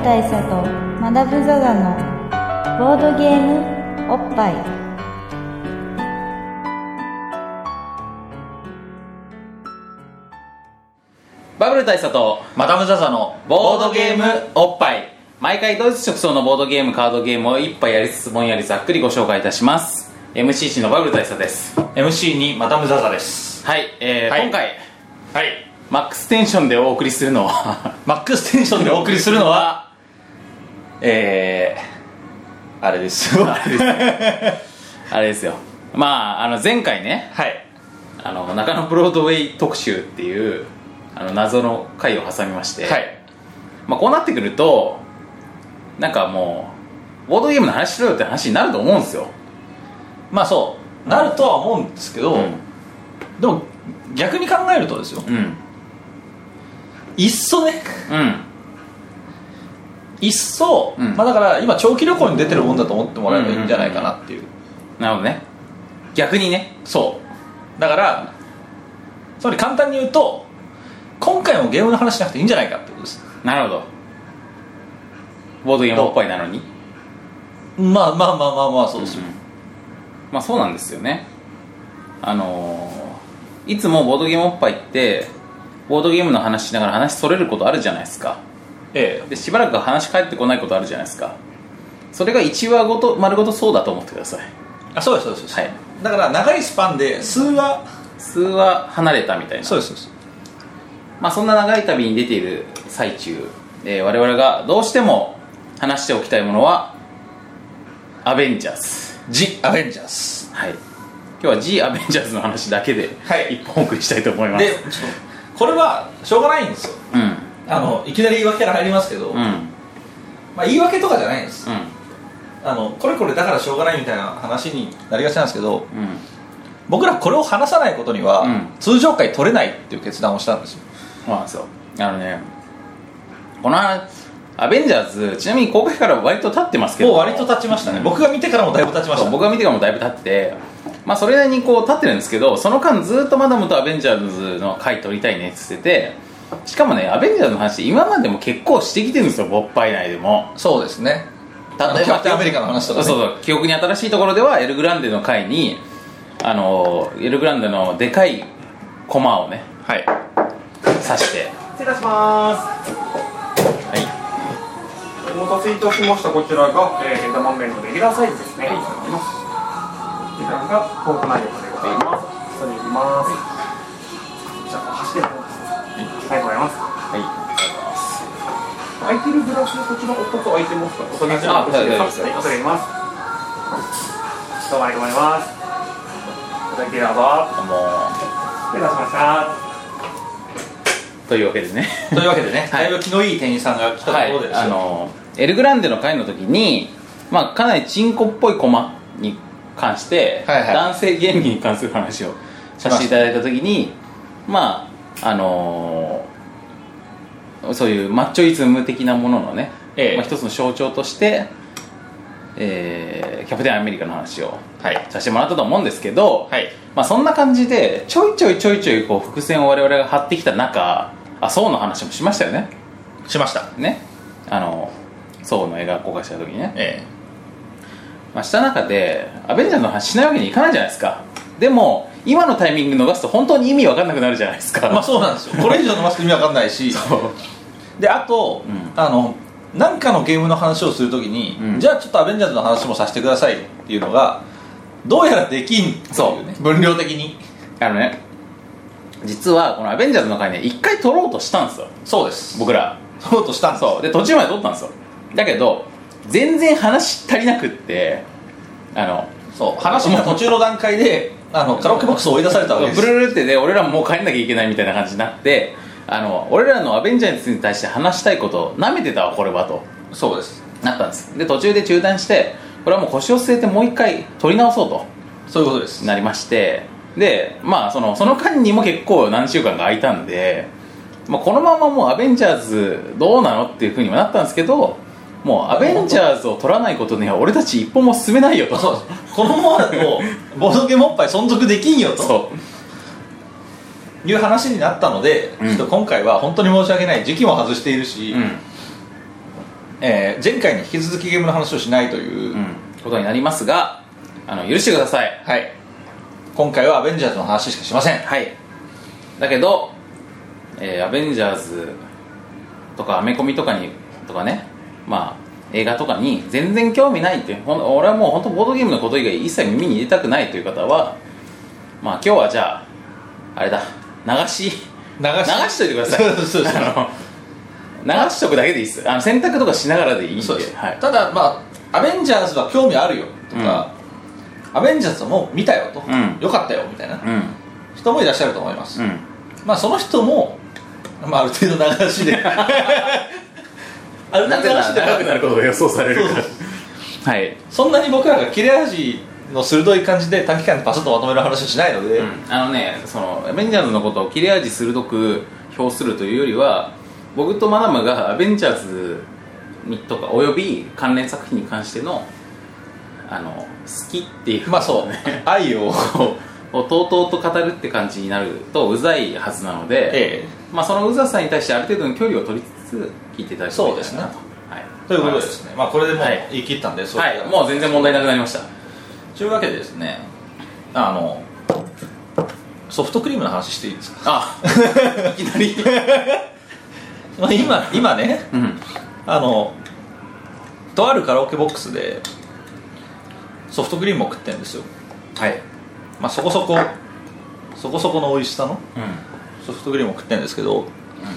大佐とマダム・ザ・ザのボードゲームおっぱい。 バブル大佐とマダム・ザ・ザのボードゲームおっぱい。毎回ドイツ直送のボードゲームカードゲームを一杯やりつつぼんやりざっくりご紹介いたします。 MCC のバブル大佐です。 MC にマダム・ザ・ザです。 はい、 はい今回はいマックステンションでお送りするのはマックステンションでお送りするのはあれですよあれですよ。まあ前回ね、 はい中野ブロードウェイ特集っていう謎の回を挟みまして、 はいまあ、こうなってくるとなんかもうボードゲームの話しろよって話になると思うんですよ。 まあそうなるとは思うんですけど、でも逆に考えるとですよ、いっそねいっそ、まあだから今長期旅行に出てるもんだと思ってもらえばいいんじゃないかなっていう、 なるほどね。逆にね。 そうだからつまり簡単に言うと今回もゲームの話しなくていいんじゃないかってことです。 なるほど。ボードゲームおっぱいなのにまあそうですよ、 まあそうなんですよね。いつもボードゲームおっぱいってボードゲームの話しながら話それることあるじゃないですか。でしばらく話返ってこないことあるじゃないですか。それが1話ごと丸ごとそうだと思ってください。 あ、そうですそうです、 はい、 だから長いスパンで数話離れたみたいな。 そうですまあそんな長い旅に出ている最中、我々がどうしても話しておきたいものはアベンジャーズ、 ジ・アベンジャーズ。 はい、今日は G アベンジャーズの話だけで一本お送りしたいと思います。 でこれはしょうがないんですよ、いきなり言い訳から入りますけど、まあ、言い訳とかじゃないんです、これだからしょうがないみたいな話になりがちなんですけど、僕らこれを話さないことには、通常回取れないっていう決断をしたんですよ。 そうなんですよ。このアベンジャーズちなみに公開から割と経ってますけど、 もう割と経ちましたね、僕が見てからもだいぶ経ちました。 僕が見てからもだいぶ経って、まあそれなりにこう経ってるんですけど、その間ずっとマダムとアベンジャーズの回撮りたいねって言ってて、しかもねアベンジャーズの話今までも結構してきてるんですよ、ボッパイ内でも。 そうですね、例えばキャプテンアメリカの話とかね。 そう記憶に新しいところではエルグランデの回にエルグランデのでかいコマをね、刺して失礼いたします。お待たせいたしました。こちらが枝豆麺のレギュラーサイズですね。こちらがポークナゲットでございます。それに入れます。じゃあ箸でございます。ありがとうございます。空いてるグラスこちらお二つ空いてますか。お取り出します。恐れ入れます。どうもありがとうございます。いただきどうぞ。失礼いたしました。 というわけでねだいぶ気のいい店員さんが来たところでですよ、 エルグランデの回の時に、まあ、かなりチンコっぽいコマに関して、男性原理に関する話をさせていただいた時に、まあそういうマッチョイズム的なもののね、まあ、一つの象徴として、キャプテンアメリカの話をさせてもらったと思うんですけど、まあ、そんな感じでちょいちょいこう伏線を我々が張ってきた中、ソーの話もしましたよね。 しましたね。ソーの映画公開した時にね、まあ、した中でアベンジャーズの話しないわけにいかないじゃないですか。でも今のタイミング逃すと本当に意味わかんなくなるじゃないですか。 まあそうなんですよこれ以上伸ばすと意味わかんないしであと、なんかのゲームの話をするときに、じゃあちょっとアベンジャーズの話もさせてくださいっていうのがどうやらできんっていうね、分量的に実はこのアベンジャーズの回ね一回撮ろうとしたんですよ。 そうです、 僕ら撮ろうとしたんです。 そうで途中まで撮ったんですよ。だけど全然話足りなくって、 そう話が途中の段階でカラオケボックスを追い出されたわけです。 ブルルルってで俺らももう帰んなきゃいけないみたいな感じになって、俺らのアベンジャーズに対して話したいことなめてたわこれはと。 そうですなったんです。で途中で中断して、これはもう腰を据えてもう一回撮り直そうと、 そういうことですなりまして、でまあその間にも結構何週間か空いたんで、まあ、このままもうアベンジャーズどうなのっていうふうにはなったんですけど、もうアベンジャーズを撮らないことには俺たち一歩も進めないよと。 そうこのままだとボードゲームおっぱい存続できんよという話になったので、ちょっと今回は本当に申し訳ない、時期も外しているし、 前回に引き続きゲームの話をしないという、 ことになりますが、許してください。 はい。今回はアベンジャーズの話しかしません。 はい。だけど、アベンジャーズとかアメコミとかね、まあ映画とかに全然興味ないって、俺はもう本当ボードゲームのこと以外一切耳に入れたくないという方は、まあ今日はじゃああれだ、流しといてください。 そう流しとくだけでいいです。洗濯とかしながらでいいんで。 そうです、 はい、 ただまあアベンジャーズは興味あるよとか、アベンジャーズはもう見たよと、よかったよみたいな、人もいらっしゃると思います、まあその人も、まあ、ある程度流しである程度流しで長くなることが予想されるからはい、 そんなに僕らが切れ味の鋭い感じで短期間でパスッとまとめる話をしないので、 そのアベンジャーズのことを切れ味鋭く評するというよりは、僕とマダムがアベンジャーズにとかおよび関連作品に関しての好きっていう、 まあそう愛をとうとうと語るって感じになるとうざいはずなので、まあそのうざさに対してある程度の距離を取りつつ聞いていただきたいなと。そうですね、はい、 ということですね。まあこれでもう言い切ったんで、 はい、もう全然問題なくなりました。 というわけでですね、ソフトクリームの話していいですか？ いきなりまあ今ね、とあるカラオケボックスでソフトクリームを食ってるんですよ。 はい。 まあそこそこの美味しさのソフトクリームを食ってるんですけど、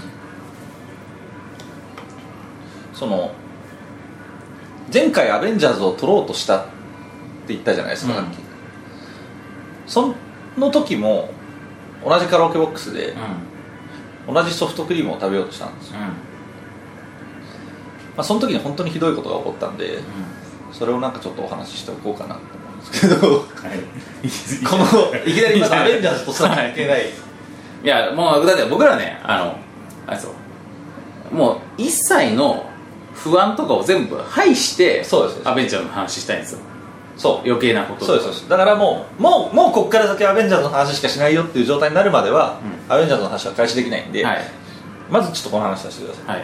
その前回アベンジャーズを撮ろうとしたって言ったじゃないですか、さっき。その時も同じカラオケボックスで、同じソフトクリームを食べようとしたんですよ、まあ、その時に本当にひどいことが起こったんで、それをなんかちょっとお話ししておこうかなと思うんですけど、このいきなりまたアベンジャーズとさ関係ない、 いやもうだって僕らね、あれですよ、もう一切の不安とかを全部排してアベンジャーズの話したいんですよ。そう余計なこと。 そうですだからもうこっから先アベンジャーズの話しかしないよっていう状態になるまでは、アベンジャーズの話は開始できないんで、まずちょっとこの話させてください。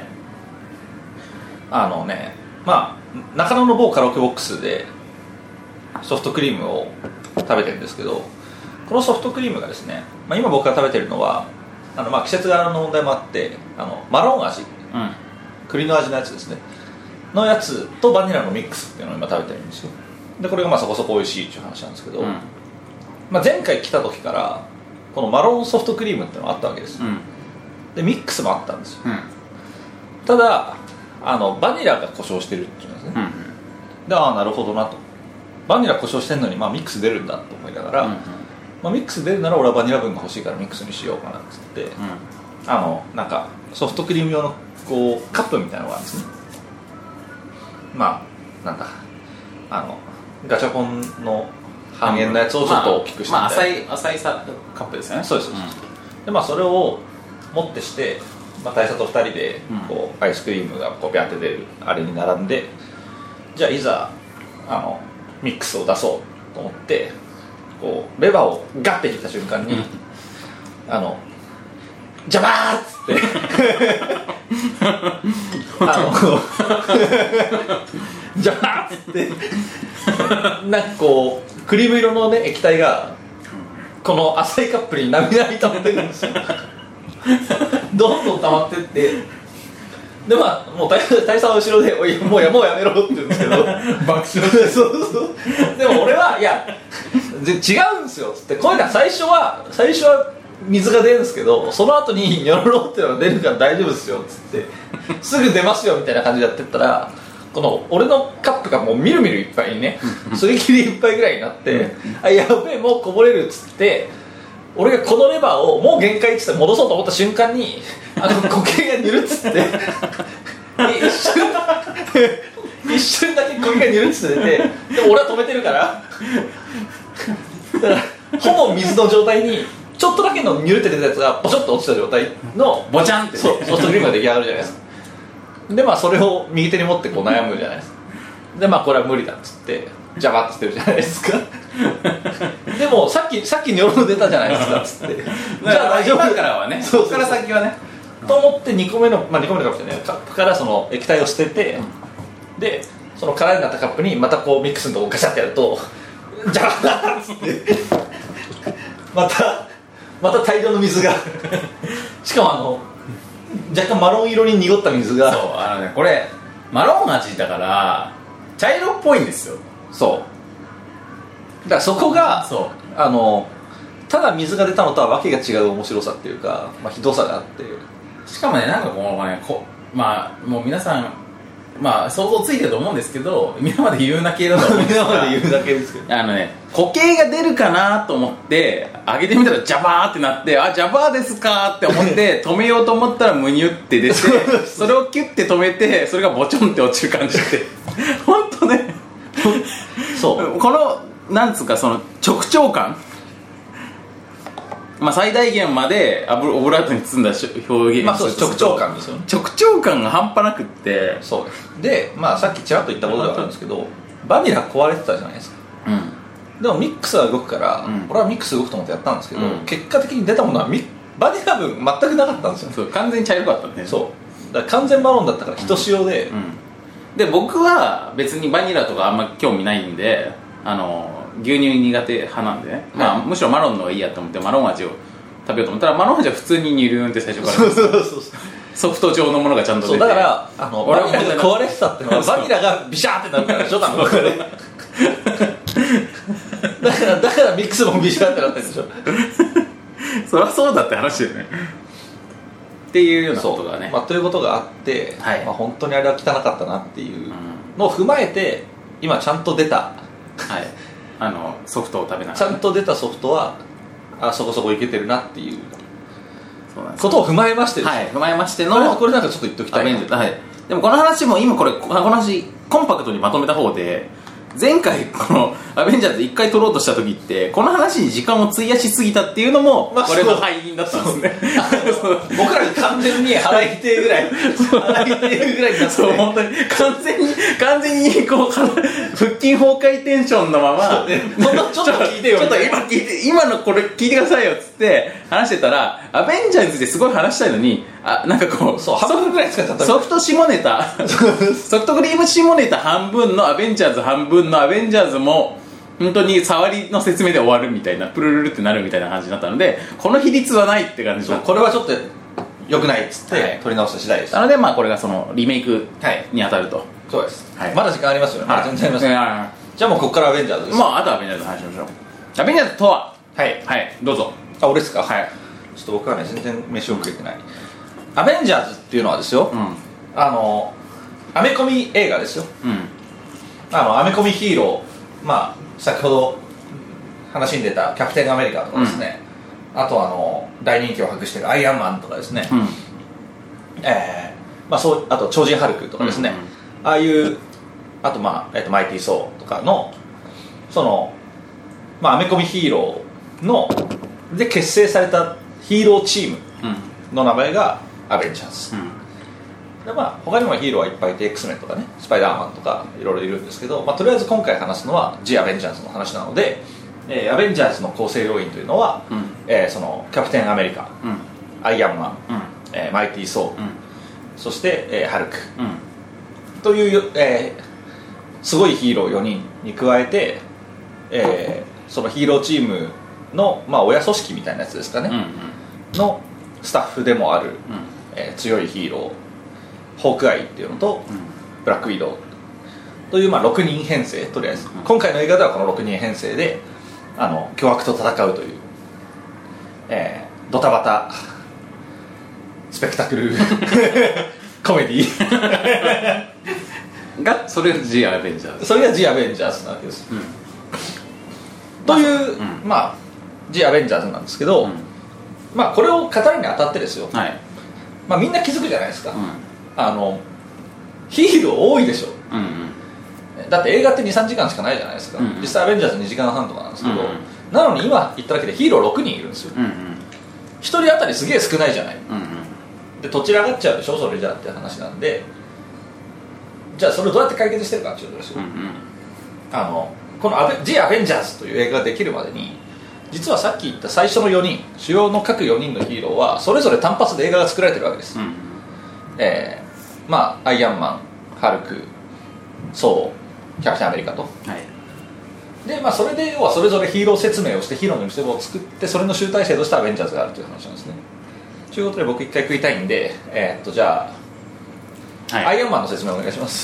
まあ中野の某カラオケボックスでソフトクリームを食べてるんですけど、このソフトクリームがですね、まあ、今僕が食べてるのはまあ季節柄の問題もあってマロン味、栗の味のやつですねのやつとバニラのミックスっていうのを今食べてるんですよ。でこれがまあそこそこ美味しいっていう話なんですけど、まあ、前回来た時からこのマロンソフトクリームっていうのがあったわけです、でミックスもあったんですよ、ただバニラが故障してるっていうんですね、でなるほどなと、バニラ故障してるのに、まあ、ミックス出るんだと思いながら、まあ、ミックス出るなら俺はバニラ分が欲しいからミックスにしようかなっつって、なんかソフトクリーム用のこうカップみたいなのがあるんですね。まあなんだガチャポンの半円のやつをちょっと大きくしてみたい、 浅いさカップですよね。 そうです、でまあそれを持ってして、まあ、大佐と2人でこうアイスクリームがこうビャって出るあれに並んで、じゃあいざミックスを出そうと思ってこうレバーをガッて引いた瞬間にジャバーっつってジャバーっつってなんかこうクリーム色のね液体がこの浅いカップになみなみ溜まってるんですよどんどん溜まってってでまあもう大佐は後ろで「おいもうやめろ」って言うんですけど爆笑してそうでも俺はいや違うんですよっつって、これが最初は水が出るんですけど、その後にニョロロっていうのが出るから大丈夫ですよっつってすぐ出ますよみたいな感じでやってったら、この俺のカップがもうみるみるいっぱいにねそれきりいっぱいぐらいになってあやべえもうこぼれるっつって、俺がこのレバーをもう限界っつって戻そうと思った瞬間に固形がニュルっつって一瞬だけ固形がニュルっつって出て、でも俺は止めてるからだからほぼ水の状態にちょっとだけのニュルって出たやつがポチョッと落ちた状態のボチャンって、 そうソフトクリームが出来上がるじゃないですか。でまあそれを右手に持ってこう悩むじゃないですか。でまあこれは無理だっつってジャバッとしてるじゃないですかでもさっきニョロ出たじゃないですかっつってじゃあ大丈夫今からはね、そこから先はねと思って2個目のかもしれないカップからその液体を捨てて、 でその空になったカップにまたこうミックスのとこガシャってやるとジャーッつってまた大量の水がしかも若干マロン色に濁った水が、 そうね、これマロン味だから茶色っぽいんですよ。 そうだからそこがそうただ水が出たのとはわけが違う面白さっていうか、ひどさがあって、 しかもね、なんかまあもう皆さん想像ついてると思うんですけど、皆まで言うな系だと思うんですが皆まで言うだけですけど、 固形が出るかなと思って開けてみたらジャバーってなって、あ、ジャバーですかって思って止めようと思ったらムニュって出てそれをキュッて止めて、それがボチョンって落ちる感じで本当ねそうこのなんつうか、その直腸感、最大限までオブラートに包んだ表現、 そう直腸感ですよね。 直腸感が半端なくって、 そうで、さっきちらっと言ったことではあるんですけど、バニラ壊れてたじゃないですか、でもミックスは動くから、俺はミックス動くと思ってやったんですけど、結果的に出たものはバニラ分全くなかったんですよ。 そう完全に茶色かったね。 そうだから完全マロンだったからひとしおで、 で僕は別にバニラとかあんま興味ないんで、牛乳苦手派なんでね、むしろマロンの方がいいやと思ってマロン味を食べようと思ったら、マロン味は普通にニュルーンって最初からソフト状のものがちゃんと出て、 だからバニラが壊れてたっていうのはバニラがビシャーってなるからでしょ、多分だからミックスもビシャーってなってるでしょそりゃそうだって話だよねっていうようなことがね、 ということがあって、本当にあれは汚かったなっていうのを踏まえて、今ちゃんと出たソフトを食べながら、 ちゃんと出たソフトはそこそこいけてるなっていうことを踏まえましてです、 踏まえましてのこれなんかちょっと言っときたいな。 でもこの話も今この話コンパクトにまとめた方で、前回このアベンジャーズ1回撮ろうとした時ってこの話に時間を費やしすぎたっていうのもこれの敗因だったんですね。 僕らが完全に腹いてぐらい腹いてぐらいになって、 そう本当に完全にこう腹筋崩壊テンションのまま、 ちょっと聞いてよ、 ちょっと今のこれ聞いてくださいよっつって話してたら、アベンジャーズですごい話したいのに、なんかこう半分ぐらい使っちゃったソフト下ネタソフトクリーム下ネタ半分のアベンジャーズ半分のアベンジャーズも本当に触りの説明で終わるみたいな、プルルルってなるみたいな感じになったので、この比率はないって感じだった。 これはちょっと良くないっつって取り直した次第です。 なのでこれがそのリメイクに当たると。 そうです、まだ時間ありますよね。全然あります。じゃあもうここからアベンジャーズです。 あとはアベンジャーズの話しましょう。アベンジャーズとは、どうぞ。 俺ですか。ちょっと僕はね全然飯を食えてない。アベンジャーズっていうのはですよ、アメコミ映画ですよ、アメコミヒーロー、先ほど話に出たキャプテンアメリカとかですね、あと大人気を博しているアイアンマンとかですね、あと超人ハルクとかですね、ああいうあとマイティー・ソーとかのその、アメコミヒーローので結成されたヒーローチームの名前がアベンジャーズ、で他にもヒーローはいっぱいいて X メンとかね、スパイダーマンとかいろいろいるんですけど、とりあえず今回話すのは The アベンジャーズの話なので、アベンジャーズの構成要員というのは、そのキャプテンアメリカ、アイアンマン、マイティー・ソー、そして、ハルク、という、すごいヒーロー4人に加えて、そのヒーローチームの、親組織みたいなやつですかね、のスタッフでもある、強いヒーローホークアイっていうのと、ブラックウィドウという、6人編成、とりあえず、今回の映画ではこの6人編成で巨悪と戦うという、ドタバタスペクタクルコメディがそれが The アベンジャーズ、 それが The アベンジャーズなわけです、という、The アベンジャーズなんですけど、これを語るにあたってですよ、みんな気づくじゃないですか、ヒーロー多いでしょ、だって映画って 2,3 時間しかないじゃないですか、実際アベンジャーズ2時間半とかなんですけど、なのに今言っただけでヒーロー6人いるんですよ、1人当たりすげえ少ないじゃない、でどちらがっちゃうでしょそれじゃあって話なんで、じゃあそれをどうやって解決してるかっていうことですよ、このThe アベンジャーズという映画ができるまでに、実はさっき言った最初の4人、主要の各4人のヒーローはそれぞれ単発で映画が作られてるわけです、アイアンマン、ハルク、 そうキャプテンアメリカと、 はい、 でそれで要はそれぞれヒーロー説明をしてヒーローの見せ場を作ってそれの集大成としてアベンジャーズがあるという話なんですね。ということで僕一回食いたいんでじゃあ、はい、アイアンマンの説明お願いします。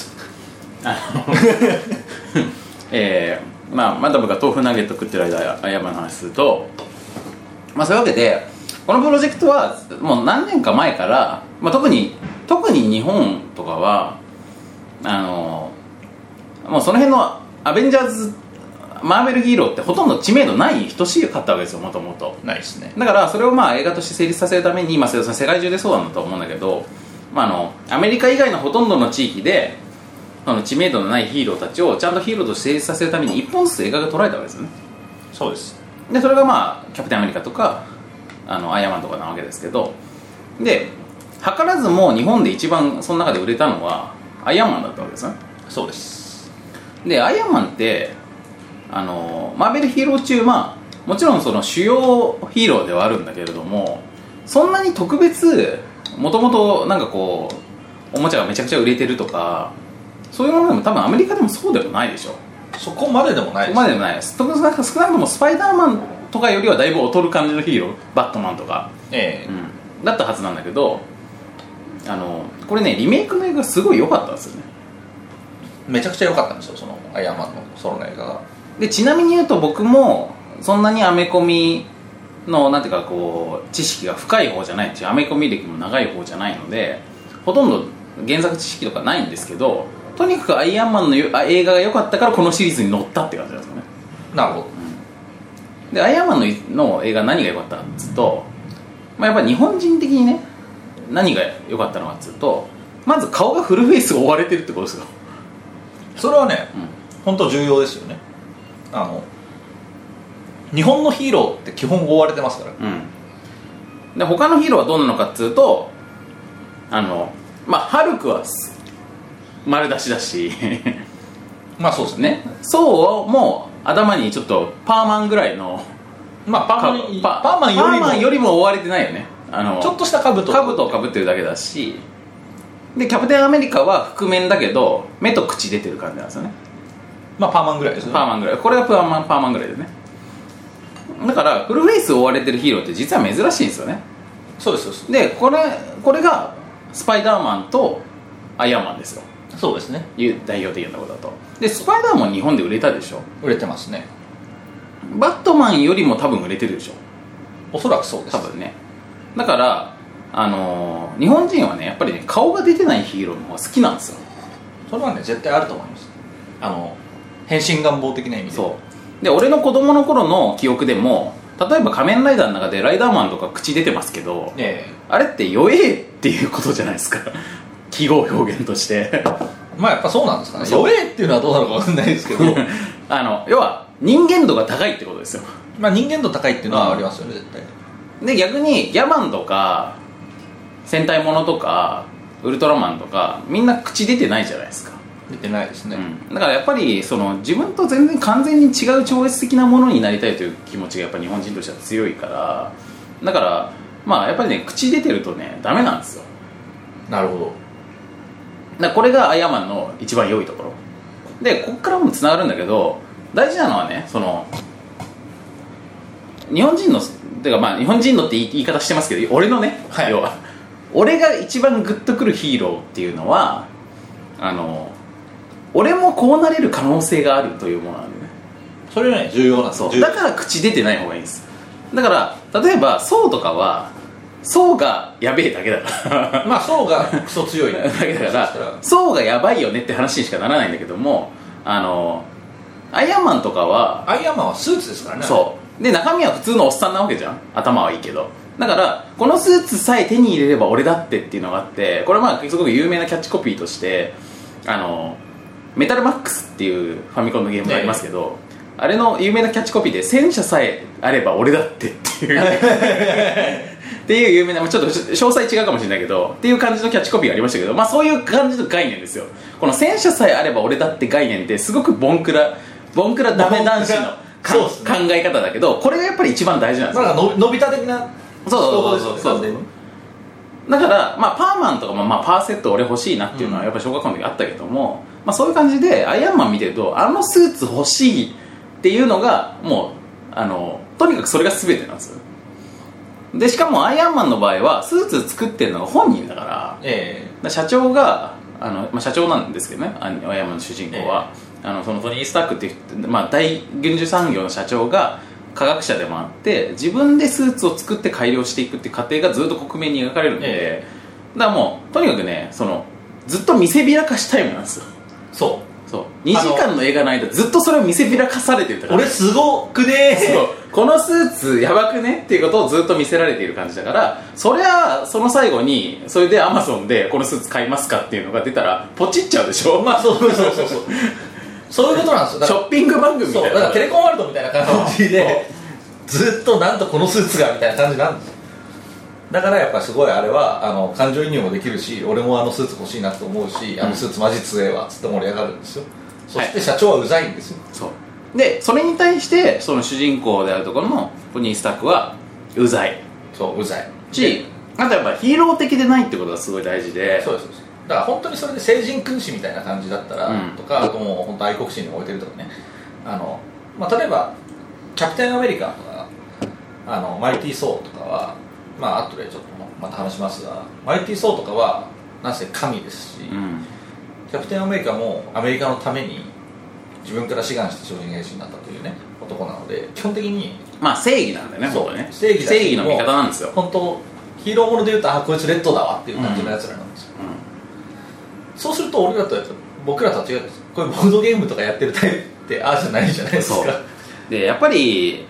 まだ僕が豆腐ナゲット食ってる間アイアンマンの話すると、そういうわけでこのプロジェクトはもう何年か前から、特に日本とかはもうその辺のアベンジャーズマーベルヒーローってほとんど知名度ない等しかったわけですよ、もともと。 ないですね。 だからそれを映画として成立させるために、世界中でそうなんだと思うんだけど、アメリカ以外のほとんどの地域でその知名度のないヒーローたちをちゃんとヒーローとして成立させるために一本ずつ映画が撮られたわけですよね。 そうです。 でそれがキャプテンアメリカとかアイアンマンとかなわけですけど、で図らずも日本で一番その中で売れたのはアイアンマンだったわけですね。 そうです。 でアイアンマンってマーベルヒーロー中もちろんその主要ヒーローではあるんだけれども、そんなに特別もともとおもちゃがめちゃくちゃ売れてるとかそういうものでも多分アメリカでもそうでもないでしょ。 そこまででもないです。 そこまででもないです。少なくともスパイダーマンとかよりはだいぶ劣る感じのヒーロー、バットマンとか、だったはずなんだけど、これねリメイクの映画すごい良かったんですよね。 めちゃくちゃ良かったんですよ、そのアイアンマンのソロの映画が。 でちなみに言うと僕もそんなにアメコミのなんていうか知識が深い方じゃないし、アメコミ歴も長い方じゃないのでほとんど原作知識とかないんですけど、とにかくアイアンマンの映画が良かったからこのシリーズに乗ったって感じなんですよね。 なるほど。 でアイアンマンの映画何が良かったかっつうと、やっぱり日本人的にね何が良かったのかっつうと、まず顔がフルフェイスが覆われてるってことですよ。 それはね、本当重要ですよね。日本のヒーローって基本覆われてますから、 で他のヒーローはどうなのかっつうとハルクは丸出しだしそうですね。 ソウも頭にちょっとパーマンぐらいのパーマンよりも覆われてないよね。 ちょっとした兜をかぶってるだけだし、でキャプテンアメリカは覆面だけど目と口出てる感じなんですよね。 パーマンぐらいですね。 パーマンぐらい、これがパーマンぐらいですね。だからフルフェイスを覆われてるヒーローって実は珍しいんですよね。 そうです。 でこれがスパイダーマンとアイアンマンですよ。 そうですね。 代表的なことだと。でスパイダーマン日本で売れたでしょ。 売れてますね。 バットマンよりも多分売れてるでしょ。 おそらくそうです。 多分ね。だから日本人はねやっぱりね顔が出てないヒーローの方が好きなんですよ。 それはね絶対あると思います。変身願望的な意味で。 そうで俺の子供の頃の記憶でも例えば仮面ライダーの中でライダーマンとか口出てますけど、あれって弱えっていうことじゃないですか記号表現としてやっぱそうなんですかね。弱えっていうのはどうなのか分かんないですけど要は人間度が高いってことですよ。 人間度高いっていうのはありますよね、絶対。 で逆にギャマンとか戦隊ものとかウルトラマンとかみんな口出てないじゃないですか。 出てないですね、 だからやっぱり自分と全然完全に違う超越的なものになりたいという気持ちがやっぱり日本人としては強いから、だからやっぱりね口出てるとねダメなんですよ。 なるほど。 だからこれがアイアンマンの一番良いところで、ここからもつながるんだけど、大事なのはね日本人のてか日本人のって言い方してますけど、俺のね、要は俺が一番グッとくるヒーローっていうのは俺もこうなれる可能性があるというものなんでね。 それはね重要なんですよ。 だから口出てない方がいいんです。だから例えばソウとかはソウがやべえだけだからソウがクソ強いだけだからソウがやばいよねって話にしかならないんだけども、アイアンマンとかはスーツですからね。 そうで中身は普通のおっさんなわけじゃん。頭はいいけど、だからこのスーツさえ手に入れれば俺だってっていうのがあって、これはすごく有名なキャッチコピーとしてメタルマックスっていうファミコンのゲームがありますけど、あれの有名なキャッチコピーで戦車さえあれば俺だってっていうっていう有名な、ちょっと詳細違うかもしれないけどっていう感じのキャッチコピーがありましたけど、そういう感じの概念ですよ。この戦車さえあれば俺だって概念ってすごくボンクラダメ男子の考え方だけど、これがやっぱり一番大事なんですよ。 のび太的なそうだからパーマンとかもパーセット俺欲しいなっていうのはやっぱり小学校の時あったけども、 まあ、そういう感じでアイアンマン見てるとあのスーツ欲しいっていうのがもうとにかくそれが全てなんですよ。でしかもアイアンマンの場合はスーツ作ってるのが本人だから、社長がまあ、社長なんですけどね、アイアンマンの主人公は、そのトニー・スタークっていう、まあ、大軍需産業の社長が科学者でもあって自分でスーツを作って改良していくっていう過程がずっと克明に描かれるので、だからもうとにかくねずっと見せびらかしタイムなんですよ。そう2時間の映画の間ずっとそれを見せびらかされてるから、 俺すごくねそうこのスーツやばくねっていうことをずっと見せられている感じだから、そりゃその最後にそれでアマゾンでこのスーツ買いますかっていうのが出たらポチっちゃうでしょ。 まあそうそういうことなんですよ。 ショッピング番組みたいな、 そうだからテレコンワールドみたいな感じでずっとなんとこのスーツがみたいな感じなんですよ。だからやっぱすごいあれは感情移入もできるし、俺もスーツ欲しいなと思うし、スーツマジ強えわっつって盛り上がるんですよ。そして社長はうざいんですよ。 そうでそれに対してその主人公であるところのトニー・スタックはうざい。 そううざいし、あとやっぱヒーロー的でないってことがすごい大事で、 そうですだから本当にそれで聖人君子みたいな感じだったら、とかあともう本当愛国心に置いてるとかね、まあ、例えばキャプテンアメリカとかマイティー・ソーとかはまあ後でちょっとまた話しますが、マイティー・ソーとかはなんせ神ですし、キャプテンアメリカもアメリカのために自分から志願して超人兵士になったというね男なので、基本的にまあ正義なんだよね。そうね、 正義の味方なんですよ。 本当ヒーローものでいうとこいつレッドだわっていう感じのやつらなんですよ、そうすると僕らとは違うんです。こういうボードゲームとかやってるタイプってじゃないじゃないですか。 でやっぱり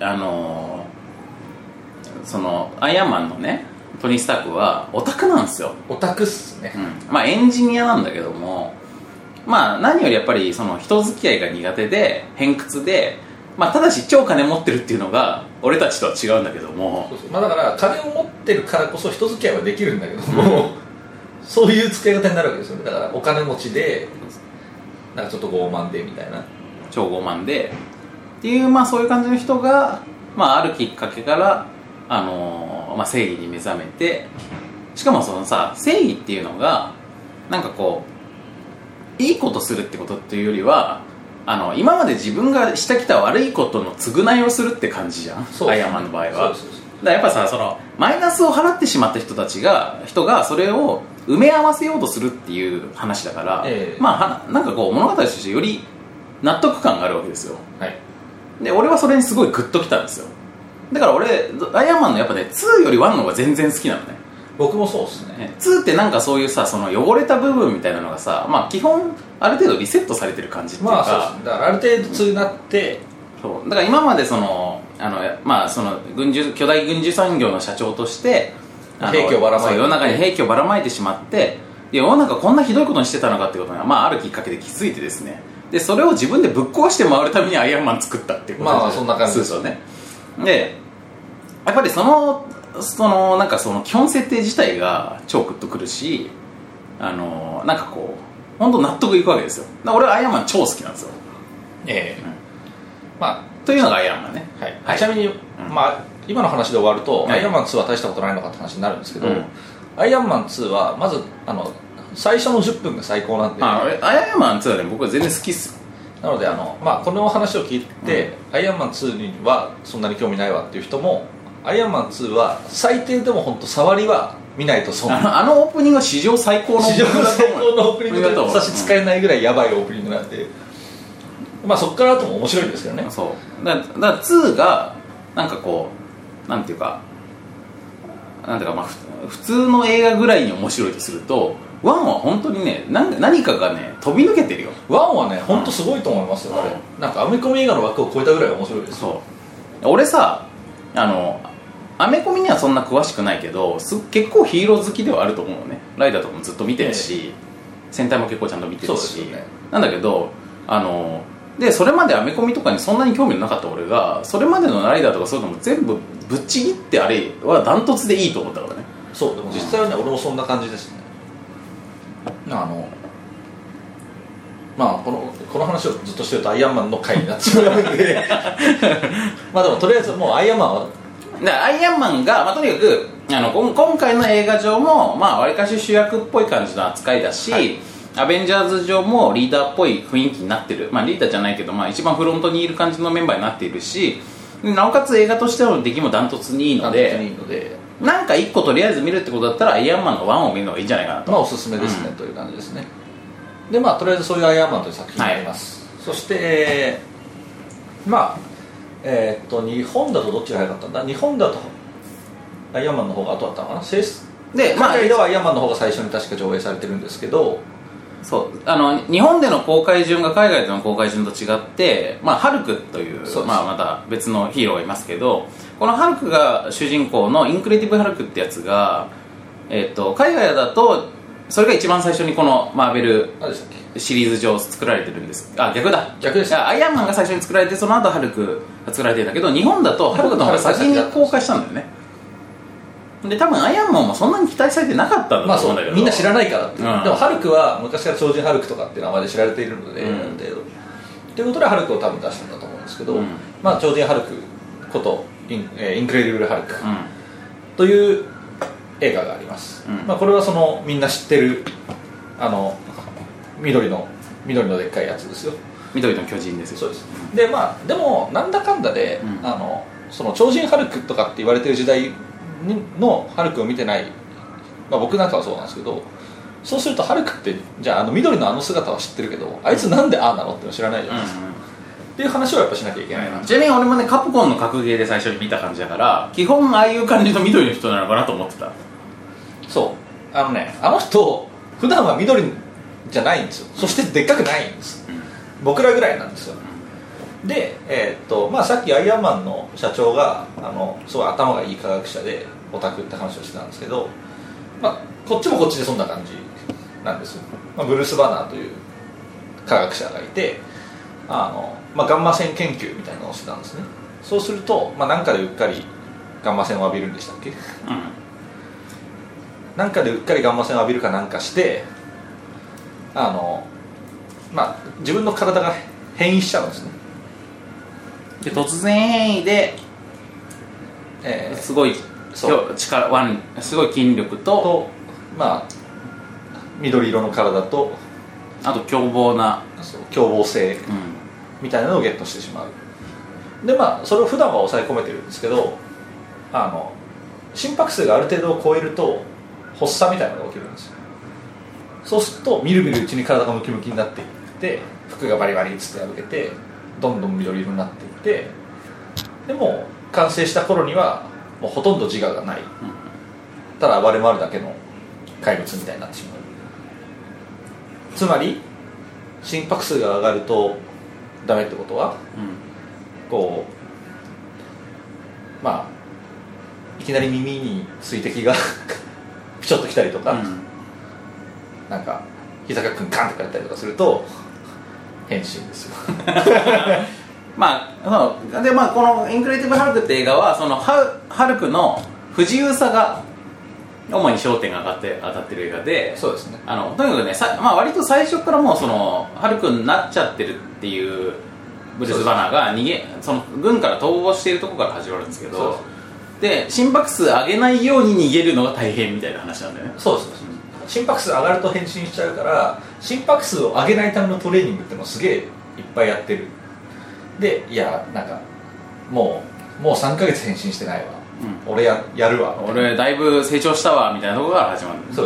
そのアイアンマンのねトニー・スタークはオタクなんですよ。 オタクっすね、 まあエンジニアなんだけども、まあ何よりやっぱりその人付き合いが苦手で偏屈で、まあただし超金持ってるっていうのが俺たちとは違うんだけども、 まあだから金を持ってるからこそ人付き合いはできるんだけども、そういう付き合い方になるわけですよね。だからお金持ちでなんかちょっと傲慢でみたいな、 超傲慢でっていう、まあそういう感じの人が、まああるきっかけからまあ、正義に目覚めて、しかもそのさ正義っていうのがなんかこういいことするってことっていうよりは今まで自分がしてきた悪いことの償いをするって感じじゃん、アイアンマンの場合は。だからやっぱさそのマイナスを払ってしまった人がそれを埋め合わせようとするっていう話だから、まあなんかこう物語としてより納得感があるわけですよ、で俺はそれにすごいグッときたんですよ。だから俺アイアンマンのやっぱね2より1の方が全然好きなのね。 僕もそうですね。 2ってなんかそういうさその汚れた部分みたいなのがさ、まあ基本ある程度リセットされてる感じっていうか、 まあそうですね。だからある程度2になって、 そうだから今までそのまあその巨大軍需産業の社長として兵器をばらまいて、 世の中に兵器をばらまいてしまって、世の中こんなひどいことにしてたのかってことが、まあ、あるきっかけで気づいてですね、でそれを自分でぶっ壊して回るためにアイアンマン作ったっていうことで、 まあそんな感じですよね。でやっぱりそのなんかその基本設定自体が超グッとくるし、なんかこう本当納得いくわけですよ。だから俺はアイアンマン超好きなんですよ。 まあというのがアイアンマンね。 ちなみに、まあ今の話で終わると、アイアンマン2は大したことないのかって話になるんですけど、アイアンマン2はまず最初の10分が最高なんで、 アイアンマン2はね僕は全然好きっすよ。 なのでまあ、この話を聞いて、アイアンマン2にはそんなに興味ないわっていう人も、アイアンマン2は最低でも本当触りは見ないと損。 オープニングは史上最高のオープニングだと思う。 史上最高のオープニングだと差し支えないぐらいやばいオープニングなんで、まあそこから後も面白いんですけどね。 そうだから2がなんかこうなんていうかまあ普通の映画ぐらいに面白いとすると、1は本当にね何かがね飛び抜けてるよ。 1はね本当すごいと思いますよ、あれ。なんかアメコミ映画の枠を超えたぐらい面白いです。 そう俺さアメコミにはそんな詳しくないけど結構ヒーロー好きではあると思うのね。ライダーとかもずっと見てるし、戦隊も結構ちゃんと見てるし、なんだけどでそれまでアメコミとかにそんなに興味のなかった俺がそれまでのライダーとかそういうのも全部ぶっちぎって、あれはダントツでいいと思ったからね。 そうでも実際はね、俺もそんな感じですね。まあこの話をずっとしてるとアイアンマンの回になってしまうのでまあでもとりあえずもうアイアンマンはアイアンマンが、まあ、とにかく今回の映画上もまあわりかし主役っぽい感じの扱いだし、 アベンジャーズ上もリーダーっぽい雰囲気になってる、まあリーダーじゃないけど、まあ一番フロントにいる感じのメンバーになっているし、なおかつ映画としての出来もダントツにいいので、なんか1個とりあえず見るってことだったらアイアンマンの1を見るのがいいんじゃないかなと。 まあおすすめですね、という感じですね。でまあとりあえずそういうアイアンマンという作品になります、そして、まあ日本だとどっちが早かったんだ。日本だとアイアンマンの方が後だったのかな。で、海外ではアイアンマンの方が最初に確か上映されてるんですけど、 そう日本での公開順が海外での公開順と違って、まあ、ハルクという、まあ、また別のヒーローがいますけど、このハルクが主人公のインクレディブルハルクってやつが、海外だとそれが一番最初にこのマーベルシリーズ上作られてるんです。あ、逆です。アイアンマンが最初に作られて、その後ハルクが作られてるんだけど、日本だとハルクの方が先に公開したんだよね。で多分アイアンマンもそんなに期待されてなかったんだと思うんだけど、 みんな知らないからって、でもハルクは昔から超人ハルクとかっていう名前で知られているので、ということでハルクを多分出したんだと思うんですけど、まあ、超人ハルクことインクレディブルハルクという映画があります、まあ、これはそのみんな知ってる緑のでっかいやつですよ。 緑の巨人ですよ。 そうです。でまあでもなんだかんだで、その超人ハルクとかって言われてる時代のハルクを見てない、まあ、僕なんかはそうなんですけど、そうするとハルクってじゃあ緑の姿は知ってるけど、あいつなんでああなのっての知らないじゃないですか、っていう話をやっぱしなきゃいけないな。 ちなみに俺もね、カプコンの格ゲーで最初に見た感じだから、基本ああいう感じの緑の人なのかなと思ってた。 そうあの人普段は緑じゃないんですよ。そしてでっかくないんです、僕らぐらいなんですよ。で、まあ、さっきアイアンマンの社長がすごい頭がいい科学者でオタクって話をしてたんですけど、まあ、こっちもこっちでそんな感じなんですよ、まあ、ブルース・バナーという科学者がいてまあ、ガンマ線研究みたいなのをしてたんですね。そうすると、まあ、なんかでうっかりガンマ線を浴びるんでしたっけ、なんかでうっかりガンマ線を浴びるかなんかしてまあ、自分の体が変異しちゃうんですね。 で突然変異で、すごいすごい筋力とまあ、緑色の体とあと凶暴性みたいなのをゲットしてしまう。でまあそれを普段は抑え込めてるんですけど、心拍数がある程度を超えると発作みたいなのが起きるんですよ。そうするとみるみるうちに体がムキムキになっていって、服がバリバリっつって破けてどんどん緑色になっていって、でも完成した頃にはもうほとんど自我がない、ただ暴れ回るだけの怪物みたいになってしまう。つまり心拍数が上がるとダメってことは、こうまあいきなり耳に水滴がピチョッときたりとか、なんか膝がクンカンってかれたりとかすると変身ですよまあで、まあ、このインクレディブルハルクって映画はそのハルクの不自由さが主に焦点が当たってる映画で、 そうですね。 とにかくね、まあ、割と最初からもうそのハルクになっちゃってるっていうブルース・バナーがその軍から逃亡しているところから始まるんですけど、で心拍数上げないように逃げるのが大変みたいな話なんだよね。 そう心拍数上がると変身しちゃうから、心拍数を上げないためのトレーニングってのをすげえいっぱいやってる。でいやなんかもう3ヶ月変身してないわ、俺やるわ、 俺だいぶ成長したわみたいなところから始まる。 そう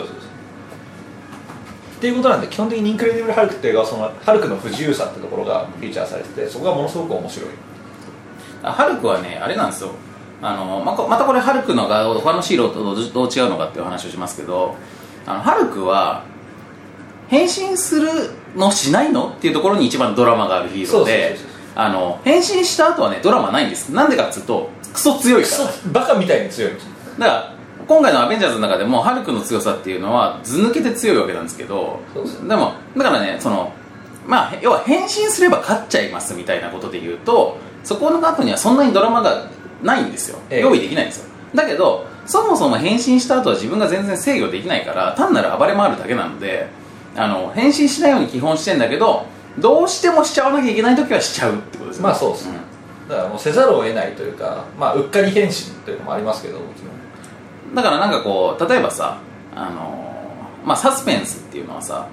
っていうことなんで、基本的にインクレディブルハルクっていう映画はそのハルクの不自由さってところがフィーチャーされてて、そこがものすごく面白い。 ハルクはねあれなんですよ、またこれハルクのが他のヒーローとどう違うのかっていう話をしますけど、ハルクは変身するのしないのっていうところに一番ドラマがあるヒーローで、変身した後はねドラマないんです。なんでかっつうとクソ強いから、 バカみたいに強いんです。 だから今回のアベンジャーズの中でもハルクの強さっていうのは図抜けて強いわけなんですけど、でもだからね、まあ要は変身すれば勝っちゃいますみたいなことで言うと、そこの後にはそんなにドラマがないんですよ、用意できないんですよ。だけどそもそも変身した後は自分が全然制御できないから、単なる暴れ回るだけなので、変身しないように基本してんだけど、どうしてもしちゃわなきゃいけない時はしちゃうってことですね。 まあそうですね、だからもうせざるを得ないというか、まあうっかり変身というのもありますけど、 だからなんかこう例えばさ、まあ、サスペンスっていうのはさ、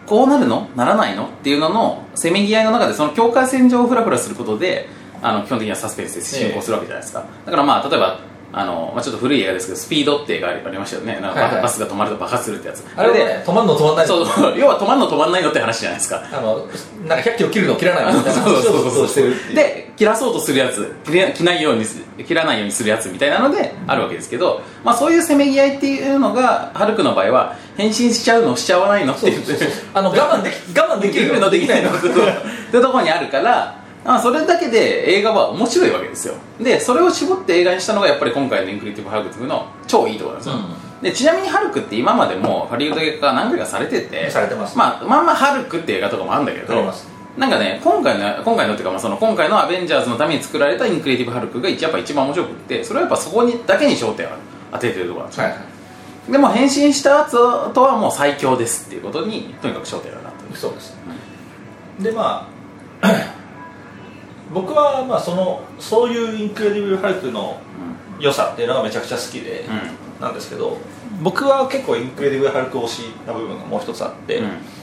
こうなるのならないのっていうののせめぎ合いの中で、その境界線上をフラフラすることで基本的にはサスペンスで進行するわけじゃないですか。だからまあ例えばちょっと古い映画ですけど、スピードって映画ありましたよね。なんかバスが止まると爆発するってやつ。 あれで、止まんの止まんないの。 そう、要は止まんの止まんないのって話じゃないですか。 なんか100キロ切るの切らないのみたいな話をしてるっていう。 で、切らそうとするやつ、切らないようにするやつみたいなのであるわけですけど、まあそういうせめぎ合いっていうのがハルクの場合は変身しちゃうのしちゃわないのって言って、 我慢できるのできないのっていうところにあるから。それだけで映画は面白いわけですよ。でそれを絞って映画にしたのがやっぱり今回のインクリティブ・ハルクの超いいところなんですよ、でちなみにハルクって今までもハリウッド映画化何回かされてて、 されてます、 まあハルクっていう映画とかもあるんだけど、なんかね今回のっていうか、今回のアベンジャーズのために作られたインクリティブ・ハルクがやっぱ一番面白くって、それはやっぱそこにだけに焦点を当ててるところなんですよ、でも変身したやつとはもう最強ですっていうことにとにかく焦点がなってる。 そうです、でまあ僕はまあそういうインクレディブル・ハルクの良さっていうのがめちゃくちゃ好きで、なんですけど、僕は結構インクレディブル・ハルク推しな部分がもう一つあって、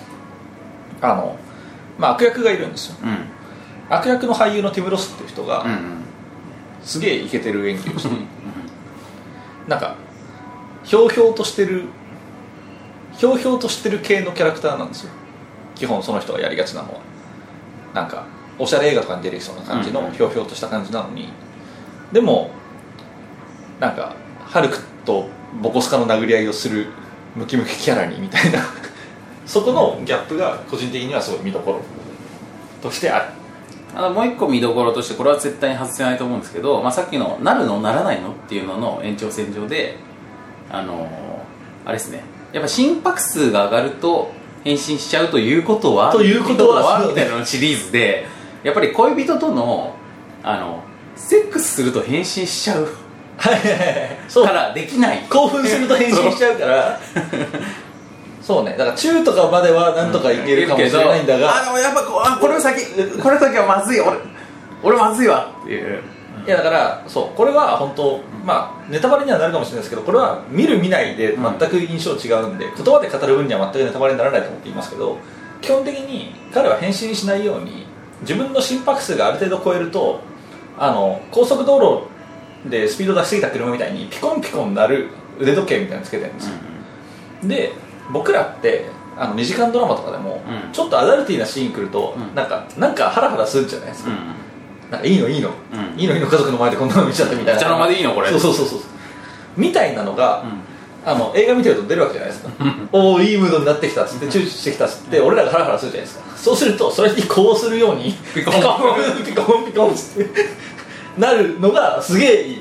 まあ、悪役がいるんですよ、悪役の俳優のティム・ロスっていう人が、すげえイケてる演技をしてなんかひょうひょうとしてる系のキャラクターなんですよ、基本その人がやりがちなのは。なんかおしゃれ映画とかに出てきそうな感じのひょうひょうとした感じなのに、でもなんかハルクとボコスカの殴り合いをするムキムキキャラにみたいなそこのギャップが個人的にはすごい見どころとしてある。 もう一個見どころとして、これは絶対に外せないと思うんですけど、さっきのなるのならないのっていうのの延長線上であれですね、やっぱ心拍数が上がると変身しちゃうということはみたいなのシリーズで、やっぱり恋人とのセックスすると変身しちゃうからできない、 興奮すると変身しちゃうからそうね、だから中とかまではなんとかいけるかもしれないんだが、 やっぱこれ先はまずい、俺まずいわっていう。 いやだからそう、これは本当、まあネタバレにはなるかもしれないですけど、これは見る見ないで全く印象違うんで、言葉で語る分には全くネタバレにならないと思って言いますけど、基本的に彼は変身しないように自分の心拍数がある程度超えると高速道路でスピード出しすぎた車みたいにピコンピコンなる腕時計みたいなのつけてるんですよ、で僕らって2時間ドラマとかでも、ちょっとアダルティーなシーン来ると、なんかハラハラするじゃないですか、なんかいいの、家族の前でこんなの見ちゃったみたいな、 茶の間でいいのこれ、 そうみたいなのが、映画見てると出るわけじゃないですかおおいいムードになってきたっつってチューしてきたっつって俺らがハラハラするじゃないですか。そうするとそれにこうするようにピコンピコンピコンってなるのがすげえいい。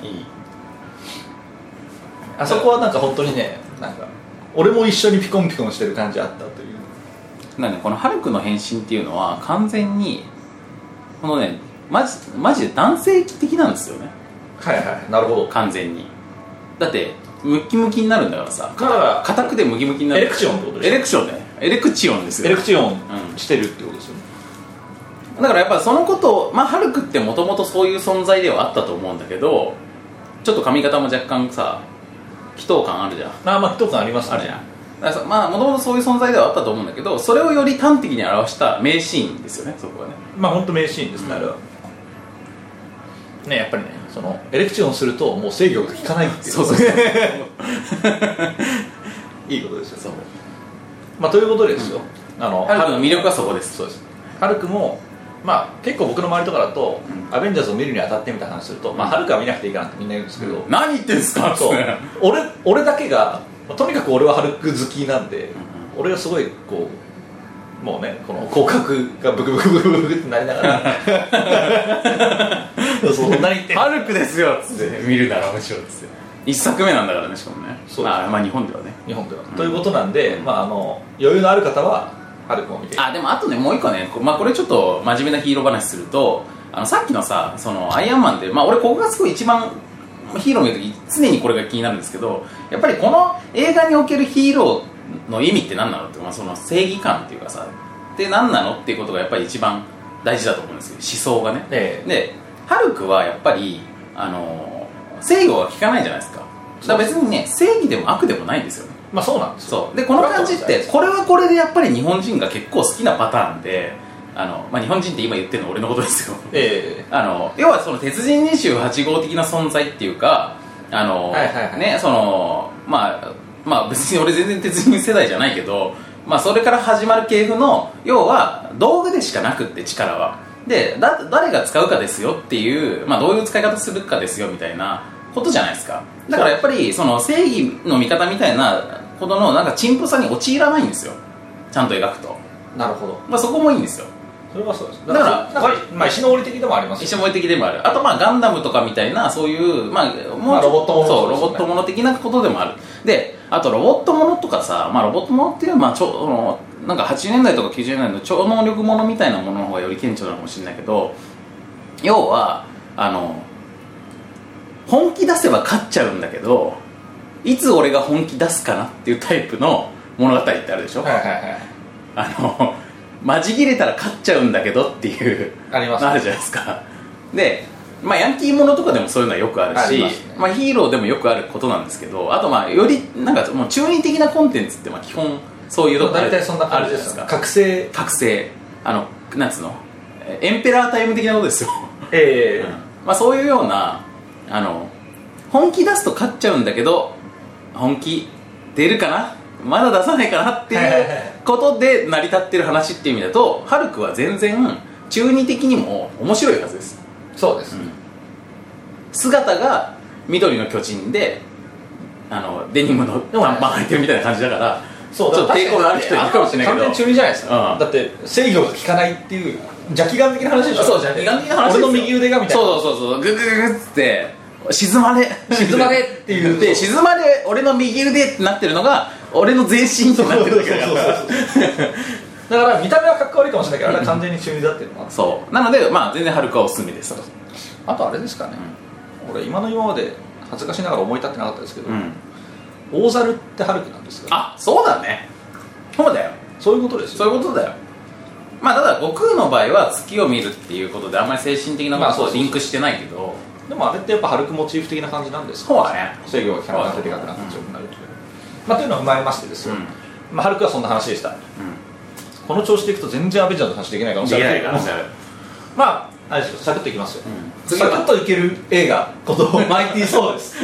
あそこはなんか本当にね、なんか俺も一緒にピコンピコンしてる感じあったという。 なんでこのハルクの変身っていうのは完全にこのねマジで男性的なんですよね。 はいはい、なるほど。 完全にだってムキムキになるんだからさ、硬くでムキムキになる。 エレクションってことでしょ。 エレクションね、エレクチオンですよ。 エレクチオンしてるってことですよね、 だからやっぱそのことを、ハルクってもともとそういう存在ではあったと思うんだけど、ちょっと髪型も若干さ祈祷感あるじゃん。 祈祷感ありますね。 あるじゃん。だからもともとそういう存在ではあったと思うんだけど、それをより端的に表した名シーンですよね、そこはね。 本当名シーンですね、あれはね。やっぱりね、そのエレクチオンするともう制御が効かないっていう。そういいことですよ。そうということですよ、 ハルクの魅力はそこです。 そうです。ハルクも結構僕の周りとかだと、アベンジャーズを見るにあたってみたいな話すると、ハルクは見なくていいかなってみんな言うんですけど、 何言ってんすか。 そう俺だけがとにかく俺はハルク好きなんで、俺がすごいこうもうね、この口角がブクブクブクブクってなりながらそう何言ってハルクですよっつって見るなら面白いですよ。1作目なんだからね、しかもね。日本ではね。 ということなんで、余裕のある方はハルクを見て。 でもあとね、もう一個ね、これちょっと真面目なヒーロー話すると、さっきのさ、そのアイアンマンで、俺ここがすごい一番ヒーロー見るとき常にこれが気になるんですけど、やっぱりこの映画におけるヒーローの意味って何なのって、その正義感っていうかさって何なのっていうことがやっぱり一番大事だと思うんですよ、思想がね。でハルクはやっぱり制御が効かないじゃないですか。だから別にね、正義でも悪でもないんですよね。 まあそうなんですよ。 そうでこの感じってこれはこれでやっぱり日本人が結構好きなパターンで、まあ、日本人って今言ってるの俺のことですよ、要はその鉄人28号的な存在っていうかね、そのまあ別に俺全然鉄人世代じゃないけど、まあ、それから始まる系譜の要は道具でしかなくって力はで誰が使うかですよっていう、まあ、どういう使い方するかですよみたいなことじゃないですか。だからやっぱりその正義の味方みたいなほどのなんか陳腐さに陥らないんですよ、ちゃんと描くと。 なるほど、 まあ、そこもいいんですよ。 それはそうです。だからまあ石の折り的でもあります、 石の折り的でもある。あとまあガンダムとかみたいなそういう、まあ、もうロボットもの、 そうロボットもの的なことでもある。であとロボットものとかさ、まあ、ロボットものっていうのは、まあ、なんか80年代とか90年代の超能力ものみたいなものの方がより顕著なのかもしれないけど、要は本気出せば勝っちゃうんだけどいつ俺が本気出すかなっていうタイプの物語ってあるでしょ。マジ切れたら勝っちゃうんだけどっていうあります、ね、 あるじゃないですか。で、まあ、ヤンキーものとかでもそういうのはよくあるし、まあ、ヒーローでもよくあることなんですけど、あとまあよりなんかもう中二的なコンテンツってまあ基本そういうとこ大体そんな感じですか。覚醒なんつうのエンペラータイム的なことですよまあ、そういうような本気出すと勝っちゃうんだけど本気出るかなまだ出さないかなっていうことで成り立ってる話っていう意味だとハルクは全然中二的にも面白いはずです。 そうです、 姿が緑の巨人でデニムの短パン履いてるみたいな感じだからそうちょっと抵抗がある人いるかもしれないけど完全に中二じゃないですか、だって制御が効かないっていう邪気眼的な話でしょ。 そう邪気眼的な話ですよ。 俺の右腕がみたいなそうググググって静まれって言って静まれ俺の右腕ってなってるのが俺の全身ってなってるだけだからだから見た目はかっこ悪いかもしれないけどあれは完全に中二だっていうのはそうなので、まあ、全然ハルクはおすすめです。 あとあれですかね、俺今まで恥ずかしながら思い立ってなかったですけど、大猿ってハルクなんですか。 あ、そうだね、そうだよ、 そういうことですよ、 そういうことだよ。まあただ悟空の場合は月を見るっていうことであんまり精神的なこととリンクしてないけど、 でもあれってやっぱハルクモチーフ的な感じなんですか。 そうだね、 制御が効かなくなってでかくなって強くなるという、まあというのを踏まえましてですよ、まあハルクはそんな話でした、この調子でいくと全然アベンジャーズの話できないかもしれないけど、まああれですよ、サクッといきますよ、サクッといける映画ことマイティー・ソーです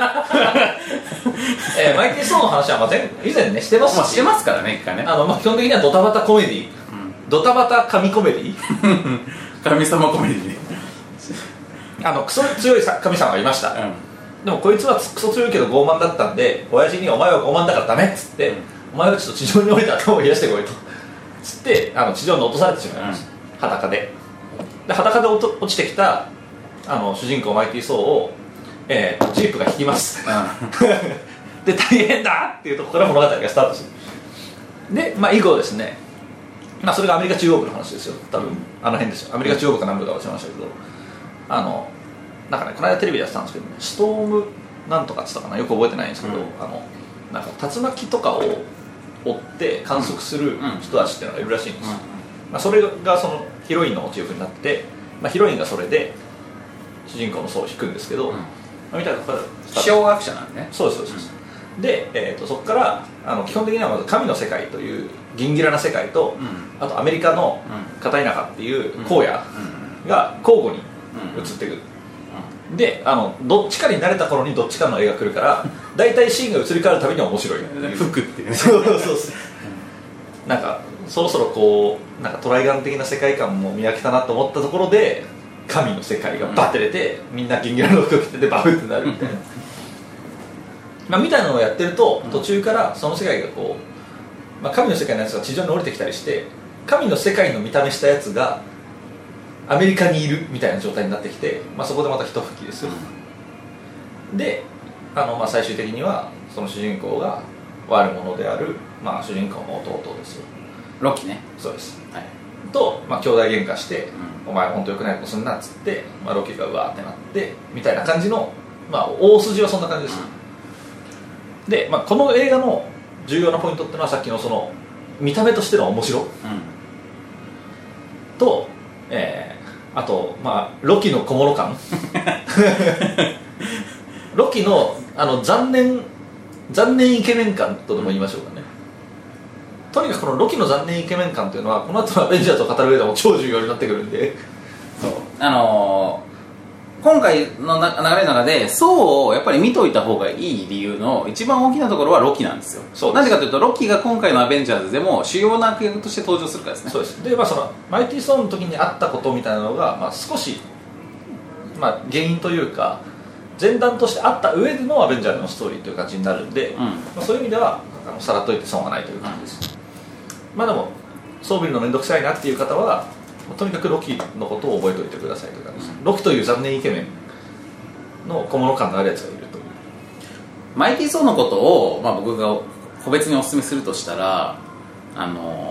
マイティー・ソーの話は以前ねしてますし、 してますからね、一回ね。 まあ基本的にはドタバタコメディ、ドタバタ神コメディ神様コメディねクソ強い神様がいました、でもこいつはクソ強いけど傲慢だったんで親父にお前は傲慢だからダメっつって、お前はちょっと地上に降りて頭を冷やしてこいとつって地上に落とされてしまいました、裸で裸で落ちてきた主人公マイティー・ソーを、ジープが引きます、で大変だっていうところから物語がスタートする。で、まあ、以後ですね、まあ、それがアメリカ中央部の話ですよ、多分あの辺ですよ、アメリカ中央部か南部か忘れましたけど、なんかね、この間テレビでやってたんですけど、ね、ストームなんとかって言ったかな、よく覚えてないんですけど、なんか竜巻とかを追って観測する人たちっていうのがいるらしいんですよ、まあ、それがそのヒロインのモチーフになって、まあ、ヒロインがそれで主人公の層を引くんですけど、みたいな気象学者なんでね。 そうですそうです、で、そこから基本的にはまず神の世界というギンギラな世界と、あとアメリカの片田舎っていう荒野が交互に移ってくる、でどっちかに慣れた頃にどっちかの絵が来るから大体シーンが移り変わるたびに面白い服っていうねそうなんかそろそろこうなんかトライガン的な世界観も見飽きたなと思ったところで神の世界がバッて出て、みんなギンギラの服着ててバフってなるみたいなまあみたいなのをやってると途中からその世界がこう、まあ、神の世界のやつが地上に降りてきたりして神の世界の見た目したやつがアメリカにいるみたいな状態になってきて、まあ、そこでまた一吹きですよ、でまあ、最終的にはその主人公が悪者である、まあ、主人公の弟ですよ、 ロキね。 そうです、 はい、 と、まあ、兄弟喧嘩して、お前本当良くないことすんなっつって、まあ、ロキがうわーってなってみたいな感じの、まあ、大筋はそんな感じです、で、まあ、この映画の重要なポイントっていうのはさっきのその見た目としての面白、と、あと、まあ、ロキの小物感ロキの残念残念イケメン感とでも言いましょうかね、とにかくこのロキの残念イケメン感というのはこの後のアベンジャーズを語る上でも超重要になってくるんで、 そう今回の流れの中でソウをやっぱり見といた方がいい理由の一番大きなところはロキなんですよ。なぜかというとロキが今回のアベンジャーズでも主要な悪役として登場するからですね。 そうです。で、そのマイティー・ソーの時にあったことみたいなのが、少し、原因というか前段としてあった上でのアベンジャーズのストーリーという感じになるんで、そういう意味ではさらっといて損はないという感じです。でもソービルの面倒くさいなっていう方はとにかくロキのことを覚えておいてくださいという感じです。ロキという残念イケメンの小物感のあるやつがいるという。 マイティー・ソーのことを、僕が個別にお勧めするとしたらあ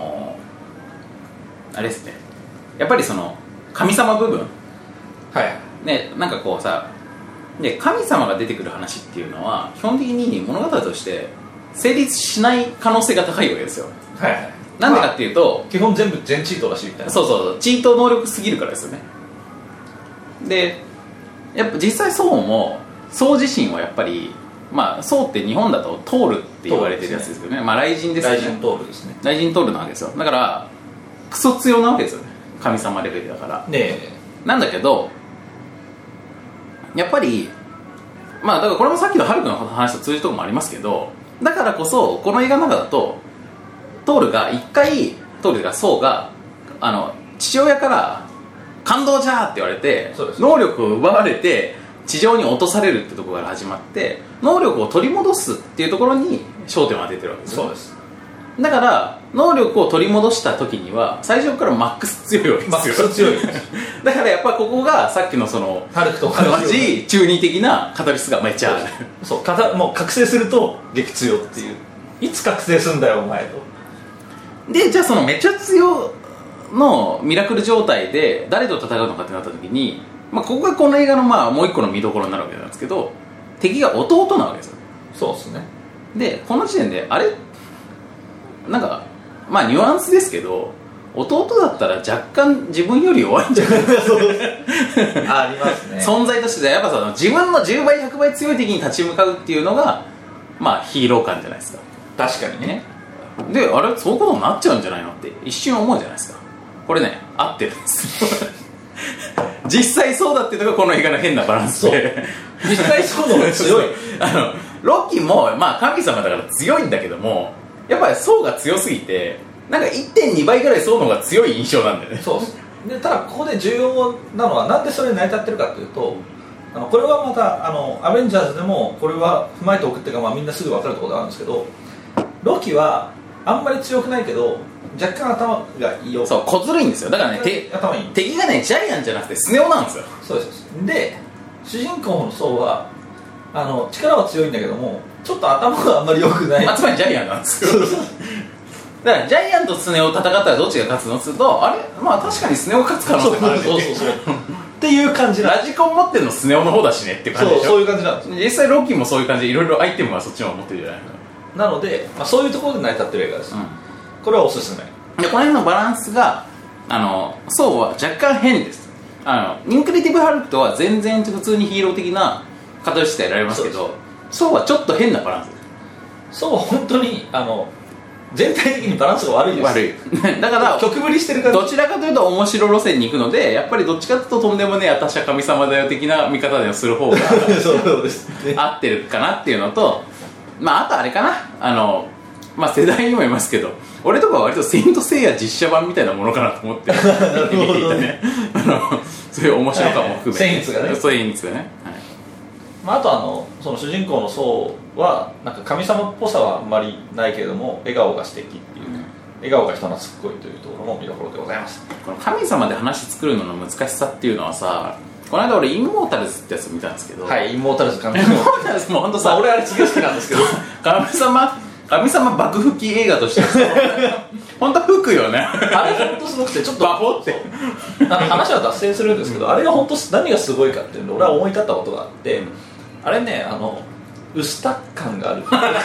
れですね、やっぱりその神様部分、ね、なんかこうさで神様が出てくる話っていうのは基本的に物語として成立しない可能性が高いわけですよ。なんでかっていうと、 基本全部全チートだしみたいな。 そうチート能力すぎるからですよね。でやっぱ実際ソウ自身はやっぱりソウって日本だとトールって言われてるやつですけどね、雷神ですよね。 雷神トールですね。 雷神トールなわけですよ。だからクソ強なわけですよね、神様レベルだからなんだけどやっぱりだからこれもさっきのハルクの話と通じるところもありますけど、だからこそこの映画の中だとトールがソウが父親から感動じゃーって言われて能力を奪われて地上に落とされるってところから始まって能力を取り戻すっていうところに焦点を当ててるわけですよ。 そうです。 だから能力を取り戻した時には最初からマックス強いわけですよ。 マックス強いだからやっぱりここがさっきのそのハルクと同じ中二的なカタリスがめっちゃある。 もう覚醒すると激強っていう、いつ覚醒するんだよお前と。 でじゃあそのめちゃ強のミラクル状態で誰と戦うのかってなった時に、ここがこの映画のもう一個の見どころになるわけなんですけど、敵が弟なわけですよ。 そうですね。でこの時点であれなんかニュアンスですけど弟だったら若干自分より弱いんじゃないですかありますね。 存在としてやっぱその自分の10倍100倍強い敵に立ち向かうっていうのがヒーロー感じゃないですか。 確かにね。 であれそういうことになっちゃうんじゃないのって一瞬思うじゃないですか。これね合ってるんです実際そうだっていうのがこの映画の変なバランスで実際そうの方が強いロキも神様だから強いんだけどもやっぱりソウが強すぎてなんか 1.2 倍ぐらいソウの方が強い印象なんだよね。 そうでただここで重要なのはなんでそれに成り立ってるかというとこれはまたアベンジャーズでもこれは踏まえておくっていうか、みんなすぐ分かるところがあるんですけど、ロキはあんまり強くないけど若干頭がいいよ。 そう小ずるいんですよ。だからね頭いい。 敵がねジャイアンじゃなくてスネ夫なんですよ。 そうです。で主人公のソウは力は強いんだけどもちょっと頭があんまり良くない、 つまりジャイアンなんですよだからジャイアンとスネ夫戦ったらどっちが勝つのって言うとあれ確かにスネ夫勝つ可能性もあるねっていう感じラジコン持ってるのスネ夫の方だしねっていう感じでしょ。 そういう感じなんです。 実際ロッキーもそういう感じでいろいろアイテムはそっちの方が持ってるじゃないですか。 なので、そういうところで成り立ってる映画です、これはおすすめでこの辺のバランスがソウは若干変です。インクレディブル・ハルクとは全然普通にヒーロー的な形してやられますけどソウはちょっと変なバランス。 ソウは本当に全体的にバランスが悪いです。 悪いだから曲振りしてる感じ。 どちらかというと面白路線に行くのでやっぱりどっちかというととんでもねえ私は神様だよ的な見方をする方がそうですね合ってるかなっていうのとあとあれかな世代にもいますけど俺とかは割とセイントセイヤ実写版みたいなものかなと思って見ていたねそういう面白さも含めて、 セインツがね、 セインツがね、 あとその主人公のソウはなんか神様っぽさはあんまりないけれども笑顔が素敵っていう、笑顔が人懐っこいというところも見どころでございます。 この神様で話作るのの難しさっていうのはさ、この間俺インモータルズってやつを見たんですけど、 インモータルズ神様インモータルズも本当さ、 俺あれすげえ好きなんですけど神様爆吹き映画として本当吹くよねあれ本当すごくてちょっとバホって話は脱線するんですけど、あれが本当何がすごいかっていうのを俺は思い立ったことがあって、あれねウスタ感がある